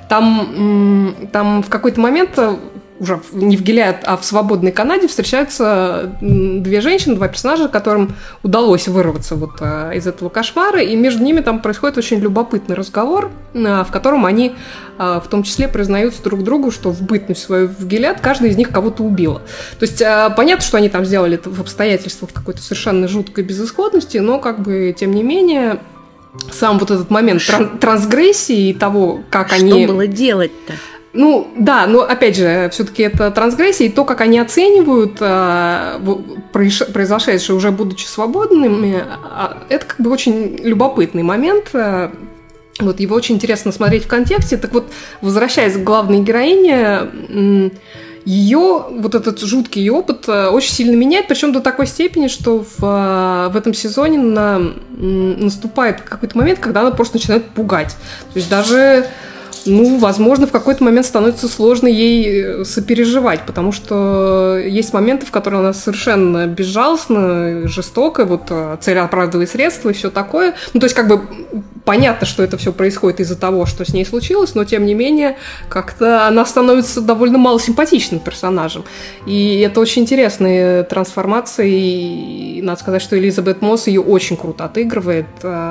B: там, там в какой-то момент, уже не в Гилеад, а в свободной Канаде встречаются две женщины, два персонажа, которым удалось вырваться вот э, из этого кошмара, и между ними там происходит очень любопытный разговор, э, в котором они э, в том числе признаются друг другу, что в бытность свою в Гилеад каждая из них кого-то убила. То есть э, понятно, что они там сделали это в обстоятельствах какой-то совершенно жуткой безысходности, но как бы тем не менее сам вот этот момент тран- трансгрессии и того, как
D: что
B: они...
D: Что было делать-то?
B: Ну, да, но, опять же, все-таки это трансгрессия, и то, как они оценивают э, произошедшее, уже будучи свободными, э, это как бы очень любопытный момент. Э, вот его очень интересно смотреть в контексте. Так вот, возвращаясь к главной героине, э, ее, вот этот жуткий ее опыт э, очень сильно меняет, причем до такой степени, что в, э, в этом сезоне на, э, наступает какой-то момент, когда она просто начинает пугать. То есть даже... Ну, возможно, в какой-то момент становится сложно ей сопереживать, потому что есть моменты, в которые она совершенно безжалостна, жестока, вот цель оправдывает средства и все такое. Ну, то есть, как бы понятно, что это все происходит из-за того, что с ней случилось, но, тем не менее, как-то она становится довольно малосимпатичным персонажем. И это очень интересная трансформация, и надо сказать, что Элизабет Мосс ее очень круто отыгрывает.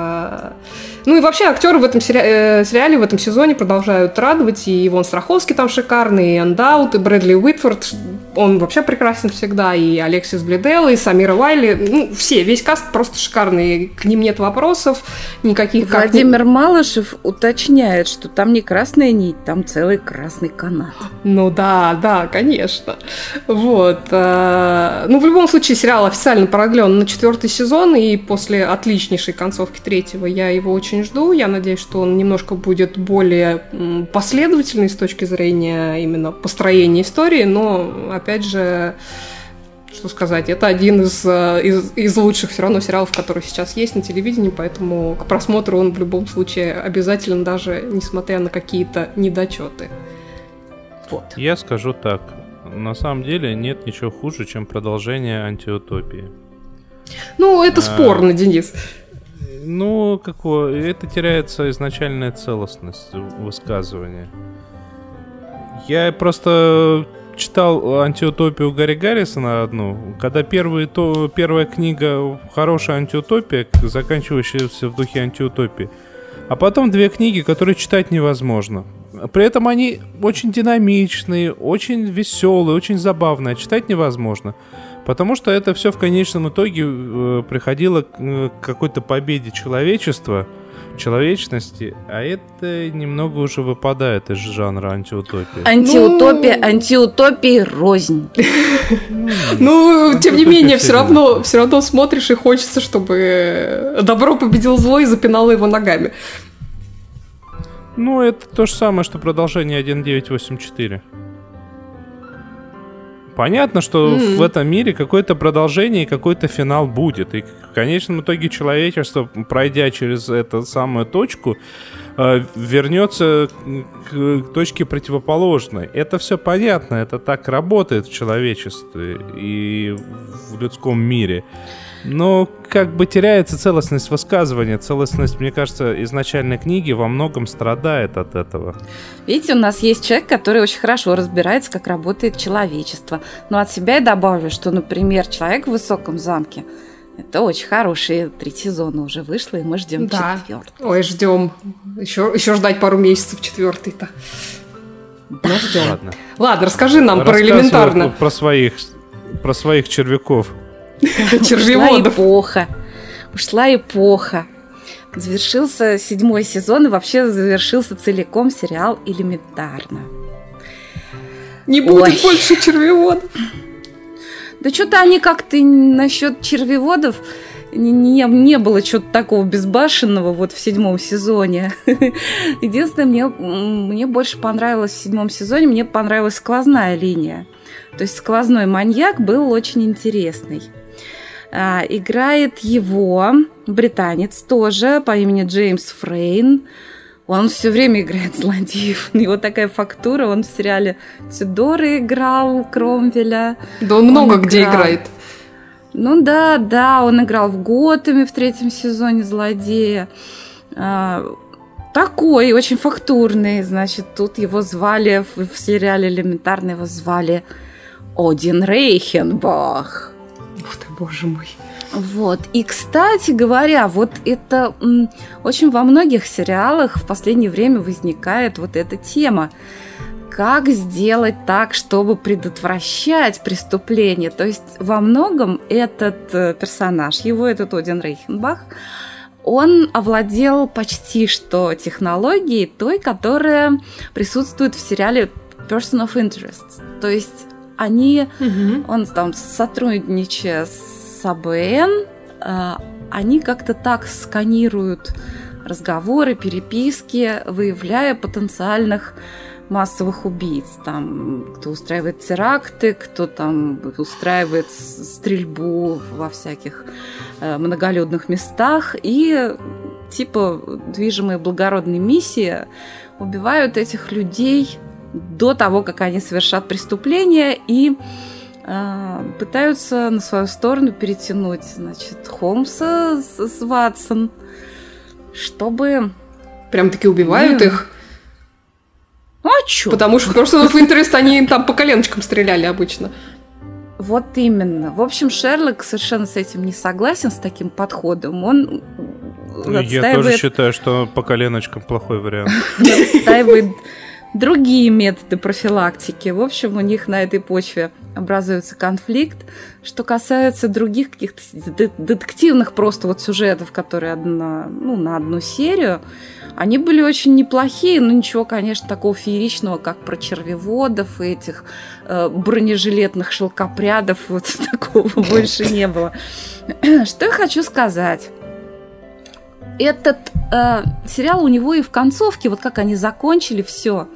B: Ну и вообще актеры в этом сери- сериале, в этом сезоне продолжают радовать. И Иван Страховский там шикарный, и Андаут, и Брэдли Уитфорд, он вообще прекрасен всегда, и Алексис Бледел, и Самира Уайли. Ну, все, весь каст просто шикарный, к ним нет вопросов никаких.
D: Владимир как... Малышев уточняет, что там не красная нить, там целый красный канат.
B: Ну да, да, конечно. Вот. Ну, в любом случае, сериал официально продлен на четвертый сезон, и после отличнейшей концовки третьего я его очень жду. Я надеюсь, что он немножко будет более последовательный с точки зрения именно построения истории, но, опять же, что сказать, это один из, из, из лучших все равно сериалов, которые сейчас есть на телевидении, поэтому к просмотру он в любом случае обязателен, даже несмотря на какие-то недочеты. Вот.
A: Я скажу так. На самом деле нет ничего хуже, чем продолжение антиутопии.
B: Ну, это спорно, а... Денис.
A: Ну, какого? Это теряется изначальная целостность высказывания. Я просто читал антиутопию Гарри Гаррисона одну, когда первый, то, первая книга хорошая антиутопия, заканчивающаяся в духе антиутопии, а потом две книги, которые читать невозможно. При этом они очень динамичные, очень веселые, очень забавные, а читать невозможно. Потому что это все в конечном итоге э, приходило к, к какой-то победе человечества человечности, а это немного уже выпадает из жанра антиутопии.
D: Антиутопия, ну... антиутопии рознь.
B: Ну, тем не менее, все равно, все равно смотришь и хочется, чтобы добро победил зло и запинало его ногами.
A: Ну, это то же самое, что продолжение тысяча девятьсот восемьдесят четыре. Понятно, что mm-hmm. в этом мире какое-то продолжение и какой-то финал будет. И в конечном итоге человечество, пройдя через эту самую точку, э, вернется к точке противоположной. Это все понятно, это так работает в человечестве и в людском мире. Но как бы теряется целостность высказывания. Целостность, мне кажется, изначальной книги во многом страдает от этого.
D: Видите, у нас есть человек, который очень хорошо разбирается, как работает человечество. Но от себя я добавлю, что, например, «Человек в высоком замке» — это очень хорошие три сезона уже вышло, и мы ждем
B: да.
D: четвертый.
B: Ой, ждем. Еще, еще ждать пару месяцев четвертый-то.
D: Да.
B: Ну, ждем.
A: Ладно.
B: Ладно, расскажи нам про элементарно.
A: Про своих, про своих червяков.
D: Ушла эпоха. Ушла эпоха. Завершился седьмой сезон, и вообще завершился целиком сериал «Элементарно».
B: Не будет Ой. больше червеводов.
D: Да что-то они как-то насчет червеводов не, не, не было чего-то такого безбашенного вот в седьмом сезоне. Единственное, мне, мне больше понравилось в седьмом сезоне, мне понравилась сквозная линия. То есть сквозной маньяк был очень интересный. А, играет его британец тоже по имени Джеймс Фрейн. Он все время играет злодеев. У него такая фактура. Он в сериале «Тюдоры» играл, Кромвеля.
B: Да он, он много играл... где играет.
D: Ну да, да, он играл в «Готэме» в третьем сезоне злодея. А, такой, очень фактурный. Значит, тут его звали, в, в сериале «Элементарно» его звали Один Рейхенбах.
B: Ух ты, боже мой.
D: Вот. И, кстати говоря, вот это м, очень во многих сериалах в последнее время возникает вот эта тема. Как сделать так, чтобы предотвращать преступление? То есть во многом этот персонаж, его этот Один Рейхенбах, он овладел почти что технологией той, которая присутствует в сериале Person of Interest. То есть они, угу. он там сотрудничая с АБН, они как-то так сканируют разговоры, переписки, выявляя потенциальных массовых убийц. Там, кто устраивает теракты, кто там устраивает стрельбу во всяких многолюдных местах. И типа движимые благородной миссией убивают этих людей до того, как они совершат преступление, и э, пытаются на свою сторону перетянуть, значит, Холмса с, с Ватсон, чтобы...
B: Прям-таки убивают
D: Не...
B: их?
D: Ну, а чё?
B: Потому что просто в интерес они там по коленочкам стреляли обычно.
D: Вот именно. В общем, Шерлок совершенно с этим не согласен, с таким подходом. Он отстаивает...
A: Я тоже считаю, что по коленочкам плохой вариант.
D: Отстаивает другие методы профилактики. В общем, у них на этой почве образуется конфликт. Что касается других каких-то детективных просто вот сюжетов, которые одна, ну, на одну серию, они были очень неплохие, но ничего, конечно, такого фееричного, как про червеводов и этих э, бронежилетных шелкопрядов, вот такого больше не было. Что я хочу сказать? Этот э, сериал у него и в концовке, вот как они закончили все,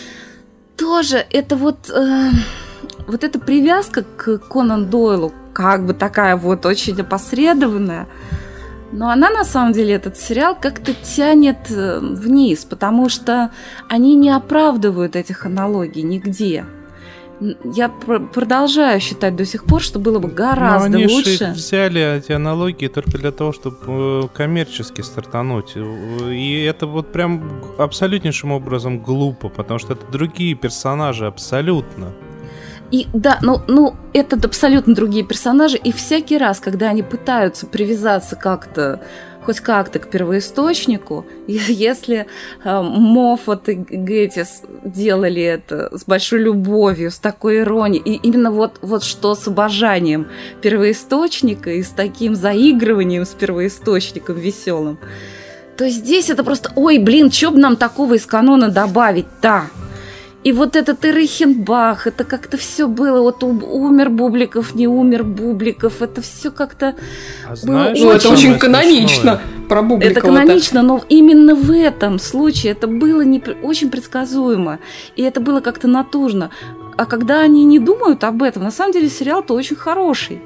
D: тоже это вот, э, вот эта привязка к Конан Дойлу, как бы такая вот очень опосредованная, но она на самом деле, этот сериал, как-то тянет вниз, потому что они не оправдывают этих аналогий нигде. Я пр- продолжаю считать до сих пор, что было бы гораздо
A: Но они
D: лучше.
A: Они взяли эти аналогии только для того, чтобы коммерчески стартануть. И это вот прям абсолютнейшим образом глупо, потому что это другие персонажи абсолютно.
D: И да, ну, ну, это абсолютно другие персонажи, и всякий раз, когда они пытаются привязаться как-то, хоть как-то к первоисточнику, если э, Моффат и Геттис делали это с большой любовью, с такой иронией, и именно вот, вот что с обожанием первоисточника и с таким заигрыванием с первоисточником веселым, то здесь это просто, ой, блин, что бы нам такого из канона добавить-то? И вот этот и Рейхенбах, это как-то все было, вот умер Бубликов, не умер Бубликов, это все как-то
A: а знаешь,
B: было... Ну, это очень канонично
A: смешное?
B: Про Бубликова.
D: Это канонично, но именно в этом случае это было не... очень предсказуемо, и это было как-то натужно. А когда они не думают об этом, на самом деле сериал-то очень хороший.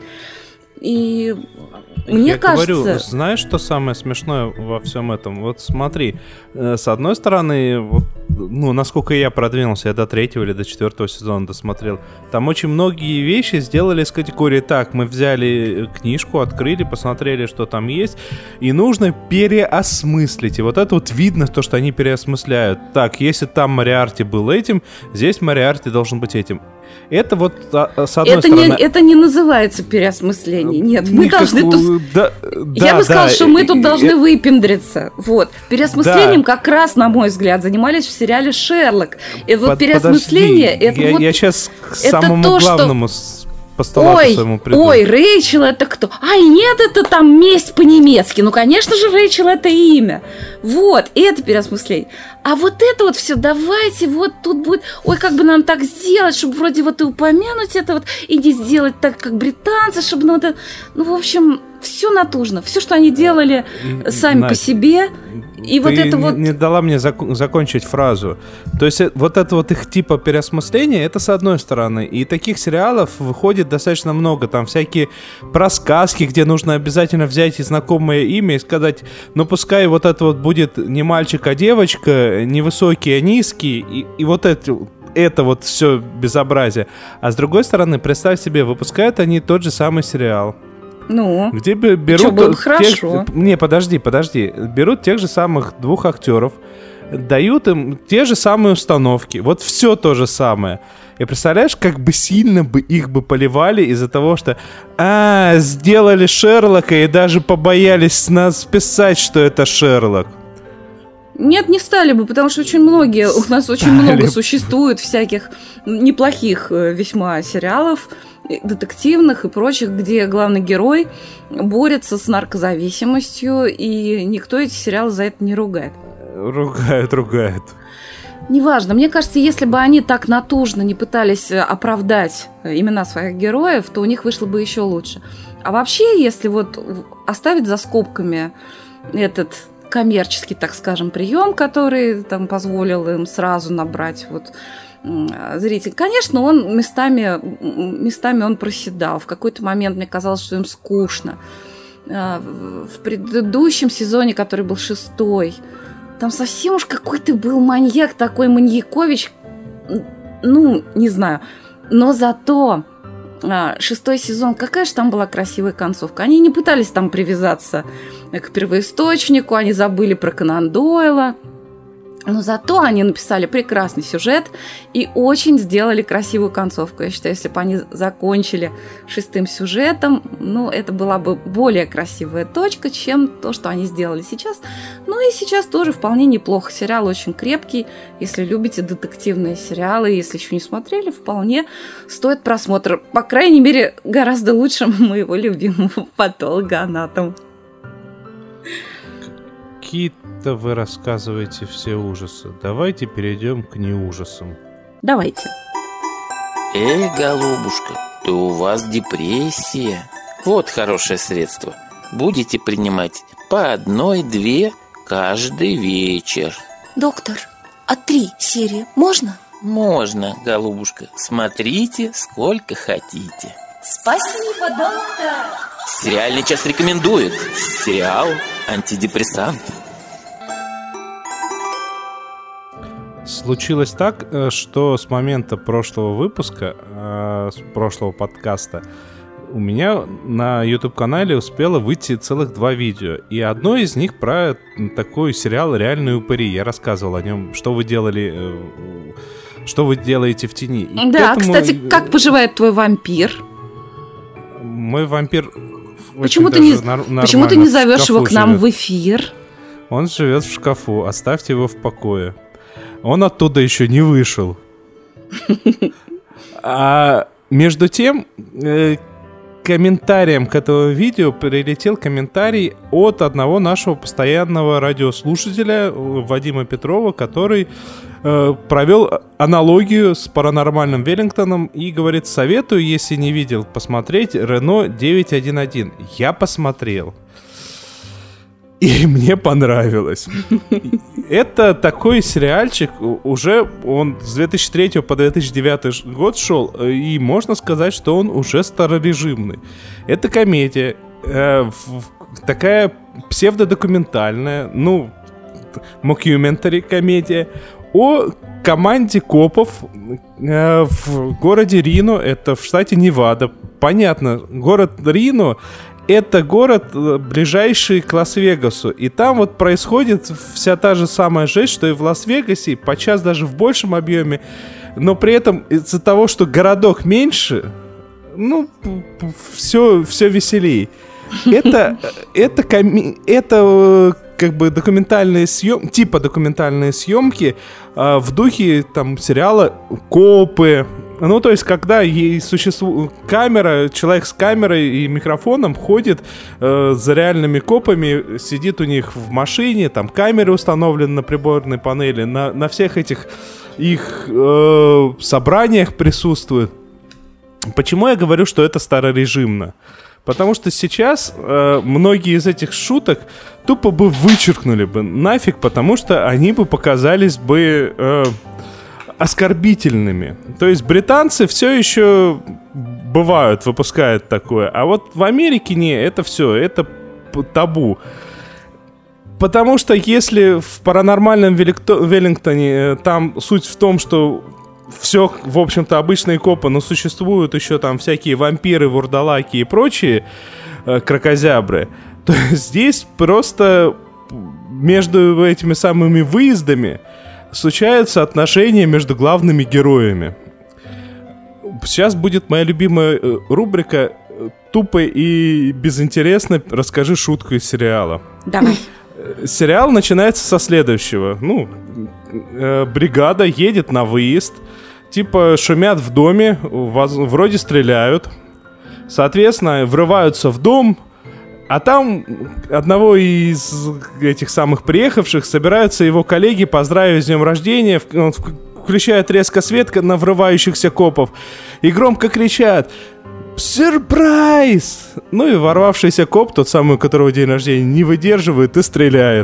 D: И мне
A: Я
D: кажется...
A: говорю, знаешь, что самое смешное во всем этом? Вот смотри, с одной стороны, вот, ну, насколько я продвинулся, я до третьего или до четвертого сезона досмотрел, там очень многие вещи сделали с категории так, мы взяли книжку, открыли, посмотрели, что там есть, и нужно переосмыслить. И вот это вот видно, то, что они переосмысляют. Так, если там Мориарти был этим, здесь Мориарти должен быть этим. Это вот с одной
D: это
A: стороны...
D: Не, это не называется переосмысление. Нет, мы
A: Никакого...
D: должны тут...
A: Да,
D: Я
A: да,
D: бы сказала,
A: да,
D: что мы тут
A: и,
D: должны
A: и...
D: выпендриться. Вот. Переосмыслением
A: Да.
D: как раз, на мой взгляд, занимались в сериале «Шерлок». И вот
A: Под,
D: переосмысление...
A: подожди,
D: это
A: я,
D: вот,
A: я сейчас к
D: это
A: самому
D: то,
A: главному
D: что...
A: постулату
D: Ой,
A: своему приду.
D: ой, Рэйчел это кто? Ай, нет, это там месть по-немецки. Ну, конечно же, Рэйчел это имя. Вот, и это переосмысление. А вот это вот все, давайте, вот тут будет, ой, как бы нам так сделать, чтобы вроде вот и упомянуть это вот, и не сделать так, как британцы, чтобы, ну, вот это, ну, в общем, все натужно. Все, что они делали сами
A: Настя,
D: по себе. И
A: ты
D: вот это
A: не,
D: вот...
A: не дала мне зак- закончить фразу. То есть вот это вот их типа переосмысления, это с одной стороны. И таких сериалов выходит достаточно много. Там всякие просказки, где нужно обязательно взять и знакомое имя и сказать, ну пускай вот это вот будет не мальчик, а девочка, не высокий, а низкий. И, и вот это... это вот все безобразие. А с другой стороны, представь себе, выпускают они тот же самый сериал.
D: Ну,
A: где берут
D: что, было бы
A: тех,
D: хорошо.
A: Не, подожди, подожди. Берут тех же самых двух актеров, дают им те же самые установки. Вот все то же самое. И представляешь, как бы сильно бы их бы поливали из-за того, что а, сделали Шерлока и даже побоялись с нас писать, что это Шерлок.
D: Нет, не стали бы, потому что очень многие, у нас очень
A: Стали.
D: много существует всяких неплохих весьма сериалов, детективных и прочих, где главный герой борется с наркозависимостью, и никто эти сериалы за это не ругает.
A: Ругают, ругают.
D: Неважно. Мне кажется, если бы они так натужно не пытались оправдать имена своих героев, то у них вышло бы еще лучше. А вообще, если вот оставить за скобками этот коммерческий, так скажем, прием, который там позволил им сразу набрать вот зритель. Конечно, он местами, местами он проседал. В какой-то момент мне казалось, что им скучно. В предыдущем сезоне, который был шестой, там совсем уж какой-то был маньяк, такой маньякович. Ну, не знаю. Но зато шестой сезон, какая же там была красивая концовка. Они не пытались там привязаться к первоисточнику, они забыли про Конан Дойла. Но зато они написали прекрасный сюжет и очень сделали красивую концовку. Я считаю, если бы они закончили шестым сюжетом, ну, это была бы более красивая точка, чем то, что они сделали сейчас. Ну и сейчас тоже вполне неплохо. Сериал очень крепкий. Если любите детективные сериалы, если еще не смотрели, вполне стоит просмотра. По крайней мере, гораздо лучше моего любимого патологоанатома.
A: Какие-то вы рассказываете все ужасы. Давайте перейдем к неужасам.
D: Давайте.
C: Эй, голубушка, то у вас депрессия. Вот хорошее средство. Будете принимать по одной-две каждый вечер.
E: Доктор, а три серии можно?
C: Можно, голубушка. Смотрите, сколько хотите.
E: Спасибо, доктор.
C: Сериальный час рекомендует. Сериал «Антидепрессант».
A: Случилось так, что с момента прошлого выпуска, с прошлого подкаста, у меня на YouTube-канале успело выйти целых два видео. И одно из них про такой сериал «Реальные упыри». Я рассказывал о нем, что вы делали, что вы делаете в тени. И
D: да,
A: этому...
D: кстати, как поживает твой вампир?
A: Мой вампир...
D: Почему ты не, почему ты не зовешь его к нам живет. в эфир?
A: Он живет в шкафу, оставьте его в покое. Он оттуда еще не вышел. А между тем, комментариям к этому видео прилетел комментарий от одного нашего постоянного радиослушателя Вадима Петрова, который э, провел аналогию с паранормальным Веллингтоном и говорит: советую, если не видел, посмотреть Рено девять один один. Я посмотрел. И мне понравилось. Это такой сериальчик, уже он с две тысячи третьего по две тысячи девятый год шел, и можно сказать, что он уже старорежимный. Это комедия, э, такая псевдодокументальная, ну, мокюментари комедия, о команде копов э, в городе Рино, это в штате Невада. Понятно, город Рино — это город, ближайший к Лас-Вегасу. И там вот происходит вся та же самая жесть, что и в Лас-Вегасе, подчас даже в большем объеме. Но при этом из-за того, что городок меньше, ну, все, все веселей. Это, это, коми... это как бы документальные съемки, типа документальные съемки э, в духе там сериала «Копы». Ну, то есть, когда ей существует камера, человек с камерой и микрофоном ходит э, за реальными копами, сидит у них в машине, там камеры установлены на приборной панели, на, на всех этих их э, собраниях присутствует. Почему я говорю, что это старорежимно? Потому что сейчас э, многие из этих шуток тупо бы вычеркнули бы нафиг, потому что они бы показались бы э, оскорбительными. То есть британцы все еще бывают, выпускают такое, а вот в Америке не, это все, это табу. Потому что если в паранормальном Веллингтоне там суть в том, что все, в общем-то, обычные копы, но существуют еще там всякие вампиры, вурдалаки и прочие э, кракозябры, то здесь просто между этими самыми выездами случаются отношения между главными героями. Сейчас будет моя любимая э, рубрика «Тупо и безинтересно. Расскажи шутку из сериала».
D: Давай.
A: Сериал начинается со следующего. Ну, э, бригада едет на выезд, типа шумят в доме, воз, вроде стреляют. Соответственно, врываются в дом, а там одного из этих самых приехавших собираются его коллеги поздравить с днем рождения. Он включает резко свет на врывающихся копов и громко кричат: «Сюрприз!» Ну и ворвавшийся коп, тот самый, у которого день рождения, не выдерживает и стреляет.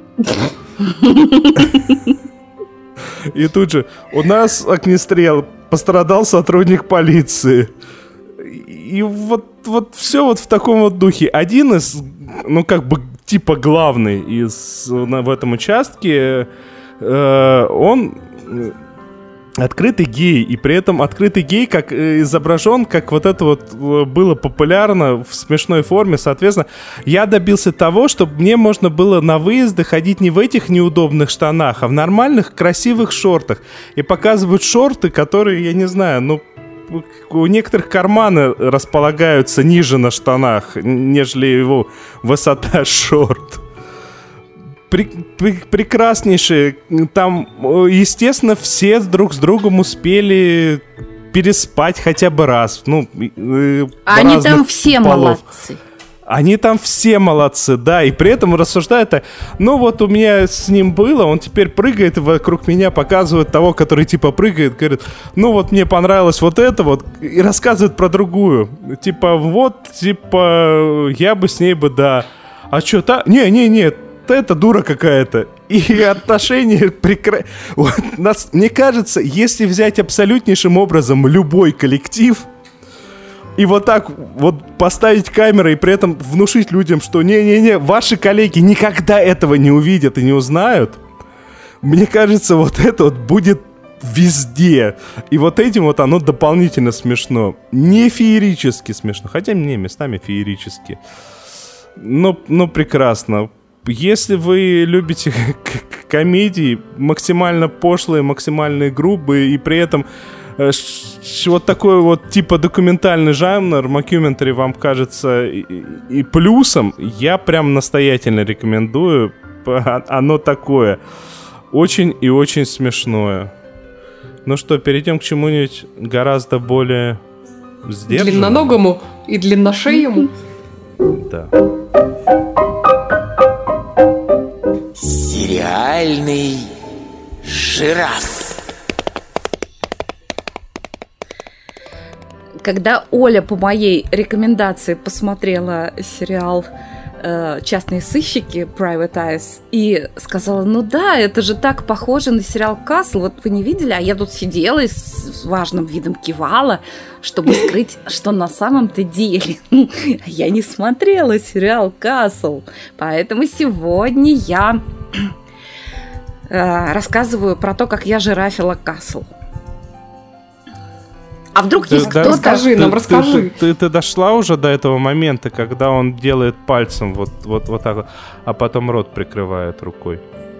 A: И тут же: у нас огнестрел, пострадал сотрудник полиции. И вот, вот все вот в таком вот духе. Один из, ну как бы типа главный из, в этом участке, э, он открытый гей, и при этом открытый гей как изображен, как вот это вот было популярно в смешной форме. Соответственно, я добился того, чтобы мне можно было на выезды ходить не в этих неудобных штанах, а в нормальных красивых шортах. И показывают шорты, которые, я не знаю, ну, у некоторых карманы располагаются ниже на штанах, нежели его высота шорт. Прекраснейшие. Там, естественно, все друг с другом успели переспать хотя бы раз. Ну,
D: они там все полов. Молодцы.
A: Они там все молодцы, да. И при этом рассуждают: ну вот у меня с ним было, он теперь прыгает вокруг меня, показывает того, который типа прыгает, говорит: ну вот мне понравилось вот это вот, и рассказывает про другую. Типа вот, типа я бы с ней бы, да. А что, та? Не-не-не, это дура какая-то. И отношения прекрасны. Вот, нас, мне кажется, если взять абсолютнейшим образом любой коллектив и вот так вот поставить камеры и при этом внушить людям, что не-не-не, ваши коллеги никогда этого не увидят и не узнают, мне кажется, вот это вот будет везде. И вот этим вот оно дополнительно смешно. Не феерически смешно, хотя мне местами феерически. Но, но прекрасно. Если вы любите комедии, максимально пошлые, максимально грубые, и при этом э, вот такой вот типа документальный жанр, мокюментари вам кажется и, и плюсом, я прям настоятельно рекомендую. Оно такое. Очень и очень смешное. Ну что, перейдем к чему-нибудь гораздо более Сдержанному.
B: Длинноногому и длинношеему.
A: Да.
C: Сериальный жираф.
D: Когда Оля по моей рекомендации посмотрела сериал э, «Частные сыщики» Private Eyes и сказала, ну да, это же так похоже на сериал «Касл», вот вы не видели, а я тут сидела и с важным видом кивала, чтобы скрыть, что на самом-то деле я не смотрела сериал «Касл», поэтому сегодня я э, рассказываю про то, как я жирафила «Касл». А вдруг
A: Ты,
D: есть
A: да,
D: кто-то...
B: Расскажи нам,
A: ты,
B: расскажи.
A: Ты, ты, ты дошла уже до этого момента, когда он делает пальцем вот, вот, вот так вот, а потом рот прикрывает рукой?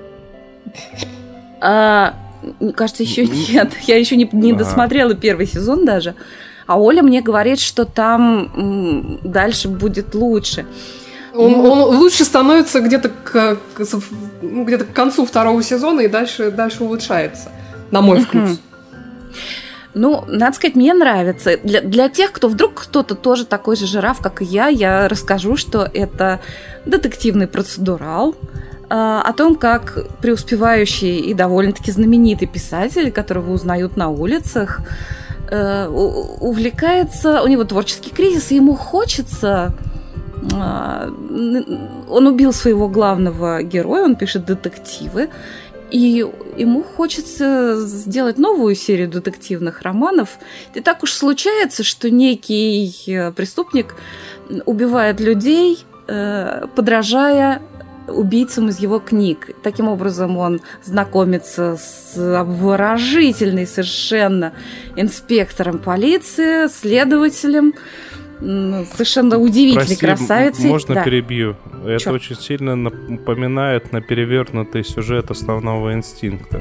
D: А, кажется, еще нет. Я еще не, не
A: Ага.
D: досмотрела первый сезон даже. А Оля мне говорит, что там м, дальше будет лучше.
B: Он, он лучше становится где-то к, к- с- ну, где-то к концу второго сезона и дальше, дальше улучшается, на мой вкус.
D: Мгм. Ну, надо сказать, мне нравится. Для, для тех, кто вдруг кто-то тоже такой же жираф, как и я, я расскажу, что это детективный процедурал а, о том, как преуспевающий и довольно-таки знаменитый писатель, которого узнают на улицах, э, у- увлекается, у него творческий кризис, и ему хочется... а, н- Он убил своего главного героя, он пишет детективы, и ему хочется сделать новую серию детективных романов. И так уж случается, что некий э, преступник убивает людей, э, подражая убийцам из его книг. Таким образом, он знакомится с обворожительной совершенно инспектором полиции, следователем, м, совершенно удивительной
A: Прости,
D: красавицей.
A: можно
D: Да.
A: перебью? Это
D: Чё?
A: очень сильно напоминает на перевернутый сюжет «Основного инстинкта».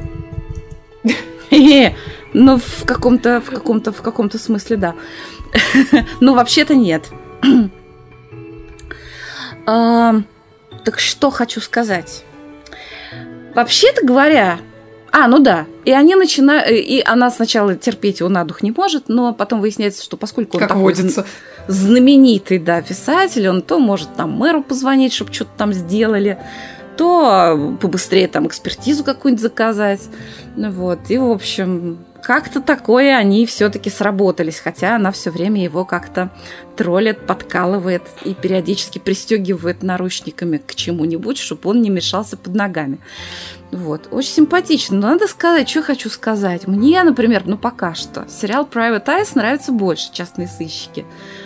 D: Ну, в каком-то, в каком-то, в каком-то смысле, да. Ну, вообще-то нет. А, Так что хочу сказать? Вообще-то говоря, а, ну да, и они начинают, и она сначала терпеть его на дух не может, но потом выясняется, что поскольку он
B: Как
D: такой
B: водится.
D: знаменитый, да, писатель, он то может там мэру позвонить, чтобы что-то там сделали, то побыстрее там экспертизу какую-нибудь заказать. Ну вот, и в общем, как-то такое они все-таки сработались, хотя она все время его как-то троллит, подкалывает и периодически пристегивает наручниками к чему-нибудь, чтобы он не мешался под ногами. Вот, очень симпатично. Но надо сказать, что хочу сказать. Мне, например, ну пока что сериал Private Eyes нравится больше, «Частные сыщики».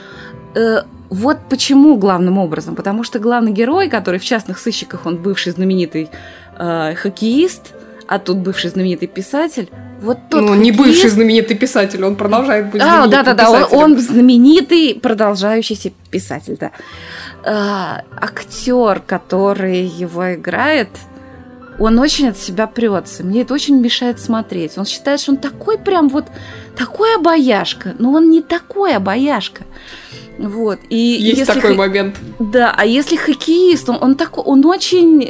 D: Э, Вот почему главным образом. Потому что главный герой, который в «Частных сыщиках», он бывший знаменитый э, хоккеист, а тут бывший знаменитый писатель. Вот тот
B: Ну, не
D: хоккеист-
B: бывший знаменитый писатель, он продолжает быть
D: А,
B: знаменитым
D: да-да-да, он,
B: писателем.
D: он знаменитый продолжающийся писатель, да. А, актер, который его играет, он очень от себя прется. Мне это очень мешает смотреть. Он считает, что он такой прям вот, такой обаяшка, но он не такой обаяшка. Вот. И
B: Есть
D: если
B: такой
D: хо-
B: момент.
D: Да, а если хоккеист, он, он такой, он очень,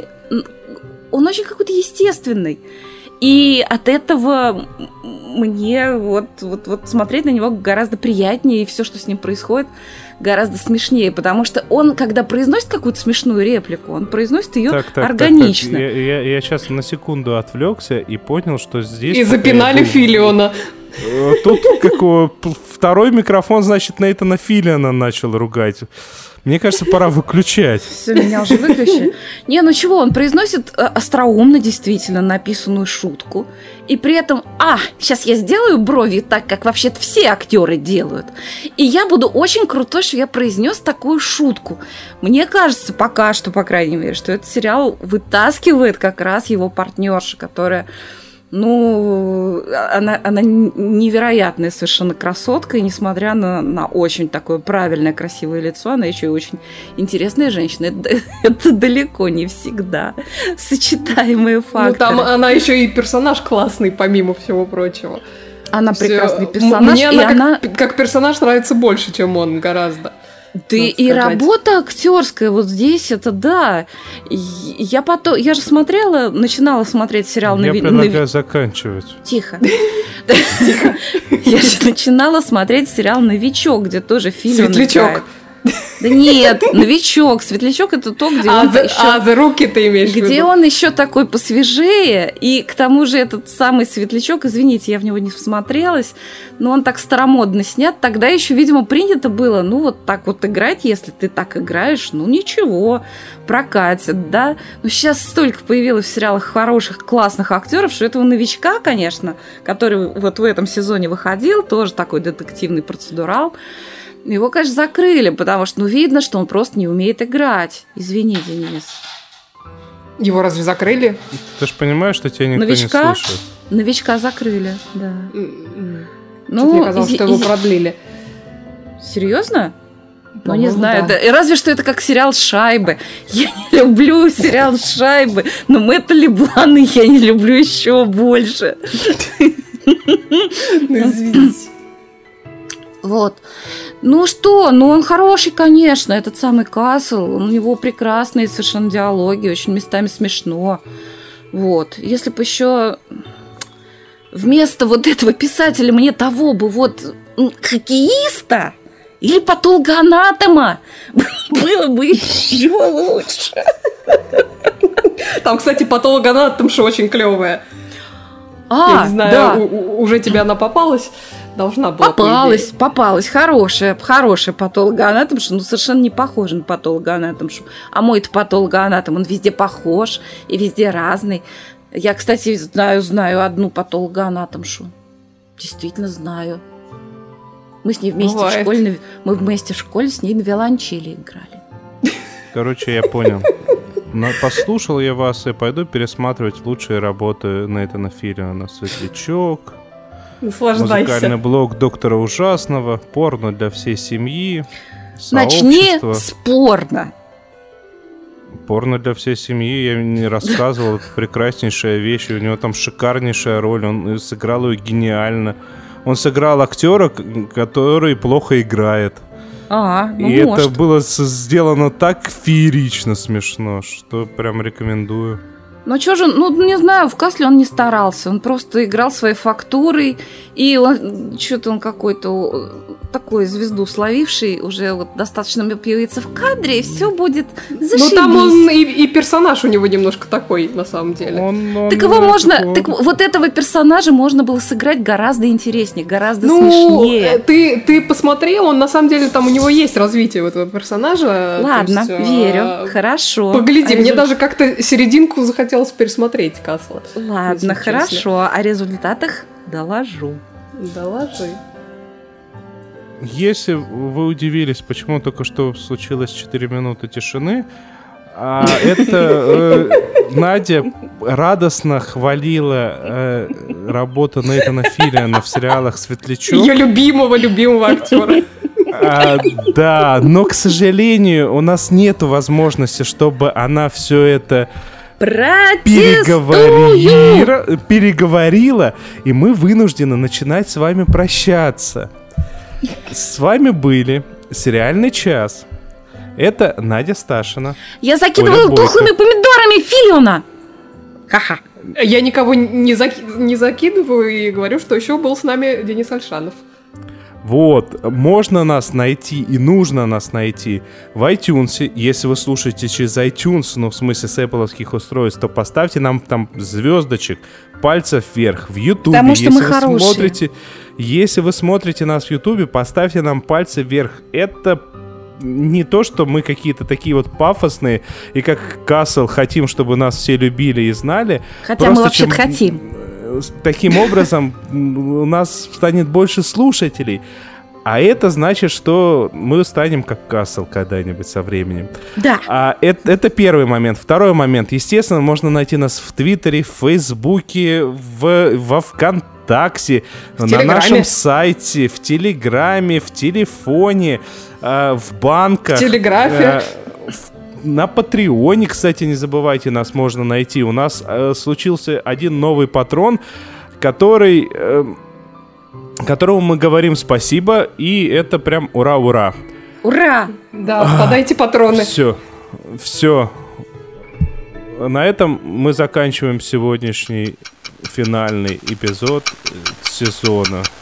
D: он очень какой-то естественный. И от этого мне вот, вот, вот смотреть на него гораздо приятнее, и все, что с ним происходит, гораздо смешнее, потому что он, когда произносит какую-то смешную реплику, он произносит ее
A: Так, так, так,
D: органично.
A: так. Я, я, я сейчас на секунду отвлекся и понял, что здесь...
B: И
A: пока я
B: запинали
A: был-
B: Филиона.
A: Э, Тут какого второй микрофон, значит, Нейтана Филлиана начал ругать. Мне кажется, пора выключать.
D: Все, меня уже выключили. Не, ну чего, он произносит э, остроумно действительно написанную шутку. И при этом, а, сейчас я сделаю брови так, как вообще-то все актеры делают. И я буду очень крутой, что я произнес такую шутку. Мне кажется, пока что, по крайней мере, что этот сериал вытаскивает как раз его партнерша, которая... Ну, она, она невероятная совершенно красотка, и несмотря на, на очень такое правильное, красивое лицо, она еще и очень интересная женщина. Это, это далеко не всегда сочетаемые факторы.
B: Ну, там она еще и персонаж классный, помимо всего прочего.
D: Она
B: Всё.
D: прекрасный
B: М-
D: персонаж,
B: Мне
D: и
B: она,
D: она...
B: Как, как персонаж нравится больше, чем он, гораздо.
D: Да
B: надо
D: и
B: сказать.
D: работа актерская вот здесь, это да. И Я потом, я же смотрела, начинала смотреть сериал на,
A: Я
D: ви- на
A: предлагаю заканчивать.
D: Тихо. Я же начинала смотреть сериал «Новичок», где тоже Филлион
B: Светлячок.
D: играет. Да нет, «Новичок». «Светлячок» — это то, где
B: А,
D: он
B: the,
D: еще...
B: а The Rookie ты имеешь в виду?
D: Где он еще такой посвежее, и к тому же этот самый Светлячок, извините, я в него не всмотрелась, но он так старомодно снят, тогда еще, видимо, принято было, ну, вот так вот играть, если ты так играешь, ну, ничего, прокатит, да. Но сейчас столько появилось в сериалах хороших, классных актеров, что этого «Новичка», конечно, который вот в этом сезоне выходил, тоже такой детективный процедурал, его, конечно, закрыли, потому что, ну, видно, что он просто не умеет играть. Извини, Денис.
B: Его разве закрыли?
A: Ты же понимаешь, что тебя никто
D: Новичка?
A: не слышит.
D: Новичка закрыли, да.
B: М-м.
D: Ну,
B: Что-то мне казалось,
D: изи-
B: что его
D: изи-
B: продлили.
D: Серьезно? Ну, не
B: По-моему,
D: знаю.
B: да.
D: Да. И разве что это как сериал «Шайбы». Я не люблю сериал «Шайбы», но Мэтта Леблана я не люблю еще больше.
B: Ну, извините.
D: Вот. Ну что, ну он хороший, конечно, этот самый Касл. У него прекрасные совершенно диалоги, очень местами смешно. Вот. Если бы еще вместо вот этого писателя мне того бы вот м, хоккеиста или патологоанатома было бы еще лучше.
B: Там, кстати, патологоанатомша очень клевая.
D: А,
B: Я не знаю,
D: да.
B: у- у- уже тебе она попалась? Должна была. по
D: Попалась,
B: идее.
D: попалась. Хорошая, хорошая патологоанатомша, но совершенно не похожа на патологоанатомшу. А мой-то патологоанатом, он везде похож и везде разный. Я, кстати, знаю, знаю одну патологоанатомшу. Действительно знаю. Мы с ней вместе
B: Бывает.
D: в школе, мы вместе в школе с ней на виолончели играли.
A: Короче, я понял. Но послушал я вас и пойду пересматривать лучшие работы Нейтана Филлиона. «Светлячок»,
B: Наслаждайся.
A: музыкальный блог «Доктора Ужасного», порно для всей семьи,
D: Начни
A: сообщество.
D: с порно.
A: Порно для всей семьи, я не рассказывал, это прекраснейшая вещь, у него там шикарнейшая роль, он сыграл ее гениально. Он сыграл актера, к- который плохо играет.
D: А, ну
A: И
D: может.
A: это было с- сделано так феерично смешно, что прям рекомендую.
D: Ну что же, ну не знаю, в Касле он не старался, он просто играл своей фактурой, и он что-то он какой-то такой звезду словивший, уже вот достаточно появиться в кадре, и все будет зашибись.
B: Ну, там он и, и персонаж у него немножко такой, на самом деле.
A: Он- он
D: Так его
A: такой-
D: можно, так вот этого персонажа можно было сыграть гораздо интереснее, гораздо
B: Ну, э,
D: смешнее.
B: ты, ты посмотри, он на самом деле, там у него есть развитие у этого персонажа.
D: Ладно,
B: то есть,
D: верю,
B: э,
D: хорошо.
B: Погляди,
D: А
B: мне
D: резу-
B: даже как-то серединку захотелось пересмотреть Касла.
D: Ладно,
B: если честно.
D: хорошо, о результатах доложу.
B: Доложи.
A: Если вы удивились, почему только что случилось четыре минуты тишины, а это э, Надя радостно хвалила э, работу Нейтана Филлиона в сериалах «Светлячок».
B: Ее любимого, любимого актера.
A: А, да, но, к сожалению, у нас нет возможности, чтобы она все это
D: Протестую!
A: переговорила, переговорила, и мы вынуждены начинать с вами прощаться. С вами были «Сериальный час». Это Надя Сташина.
D: Я закидывала
A: Оля Бойко.
D: тухлыми помидорами Филлиона. Ха-ха.
B: Я никого не, заки- не закидываю и говорю, что еще был с нами Денис Альшанов.
A: Вот, можно нас найти и нужно нас найти в iTunes. Если вы слушаете через iTunes, ну, в смысле с Apple'овских устройств, то поставьте нам там звездочек, пальцев вверх. В YouTube,
D: Потому что
A: если
D: мы
A: вы
D: хорошие.
A: смотрите, если вы смотрите нас в YouTube, поставьте нам пальцы вверх. Это не то, что мы какие-то такие вот пафосные, и как Касл хотим, чтобы нас все любили и знали.
D: Хотя
A: Просто
D: мы вообще-то
A: чем-
D: хотим.
A: Таким образом, м, у нас станет больше слушателей. А это значит, что мы станем как Касл когда-нибудь со временем.
D: Да.
A: А это, это первый момент. Второй момент. Естественно, можно найти нас в Твиттере, в Фейсбуке, в, во ВКонтакте, на
B: Телеграме.
A: нашем сайте, в Телеграме, в телефоне, э, в банках.
B: В телеграфе.
A: э, в- на Патреоне, кстати, не забывайте, нас можно найти. У нас э, случился один новый патрон, который... э, которому мы говорим спасибо, и это прям ура-ура.
D: Ура!
B: Да, подайте патроны.
A: Все, все. На этом мы заканчиваем сегодняшний финальный эпизод. сезона.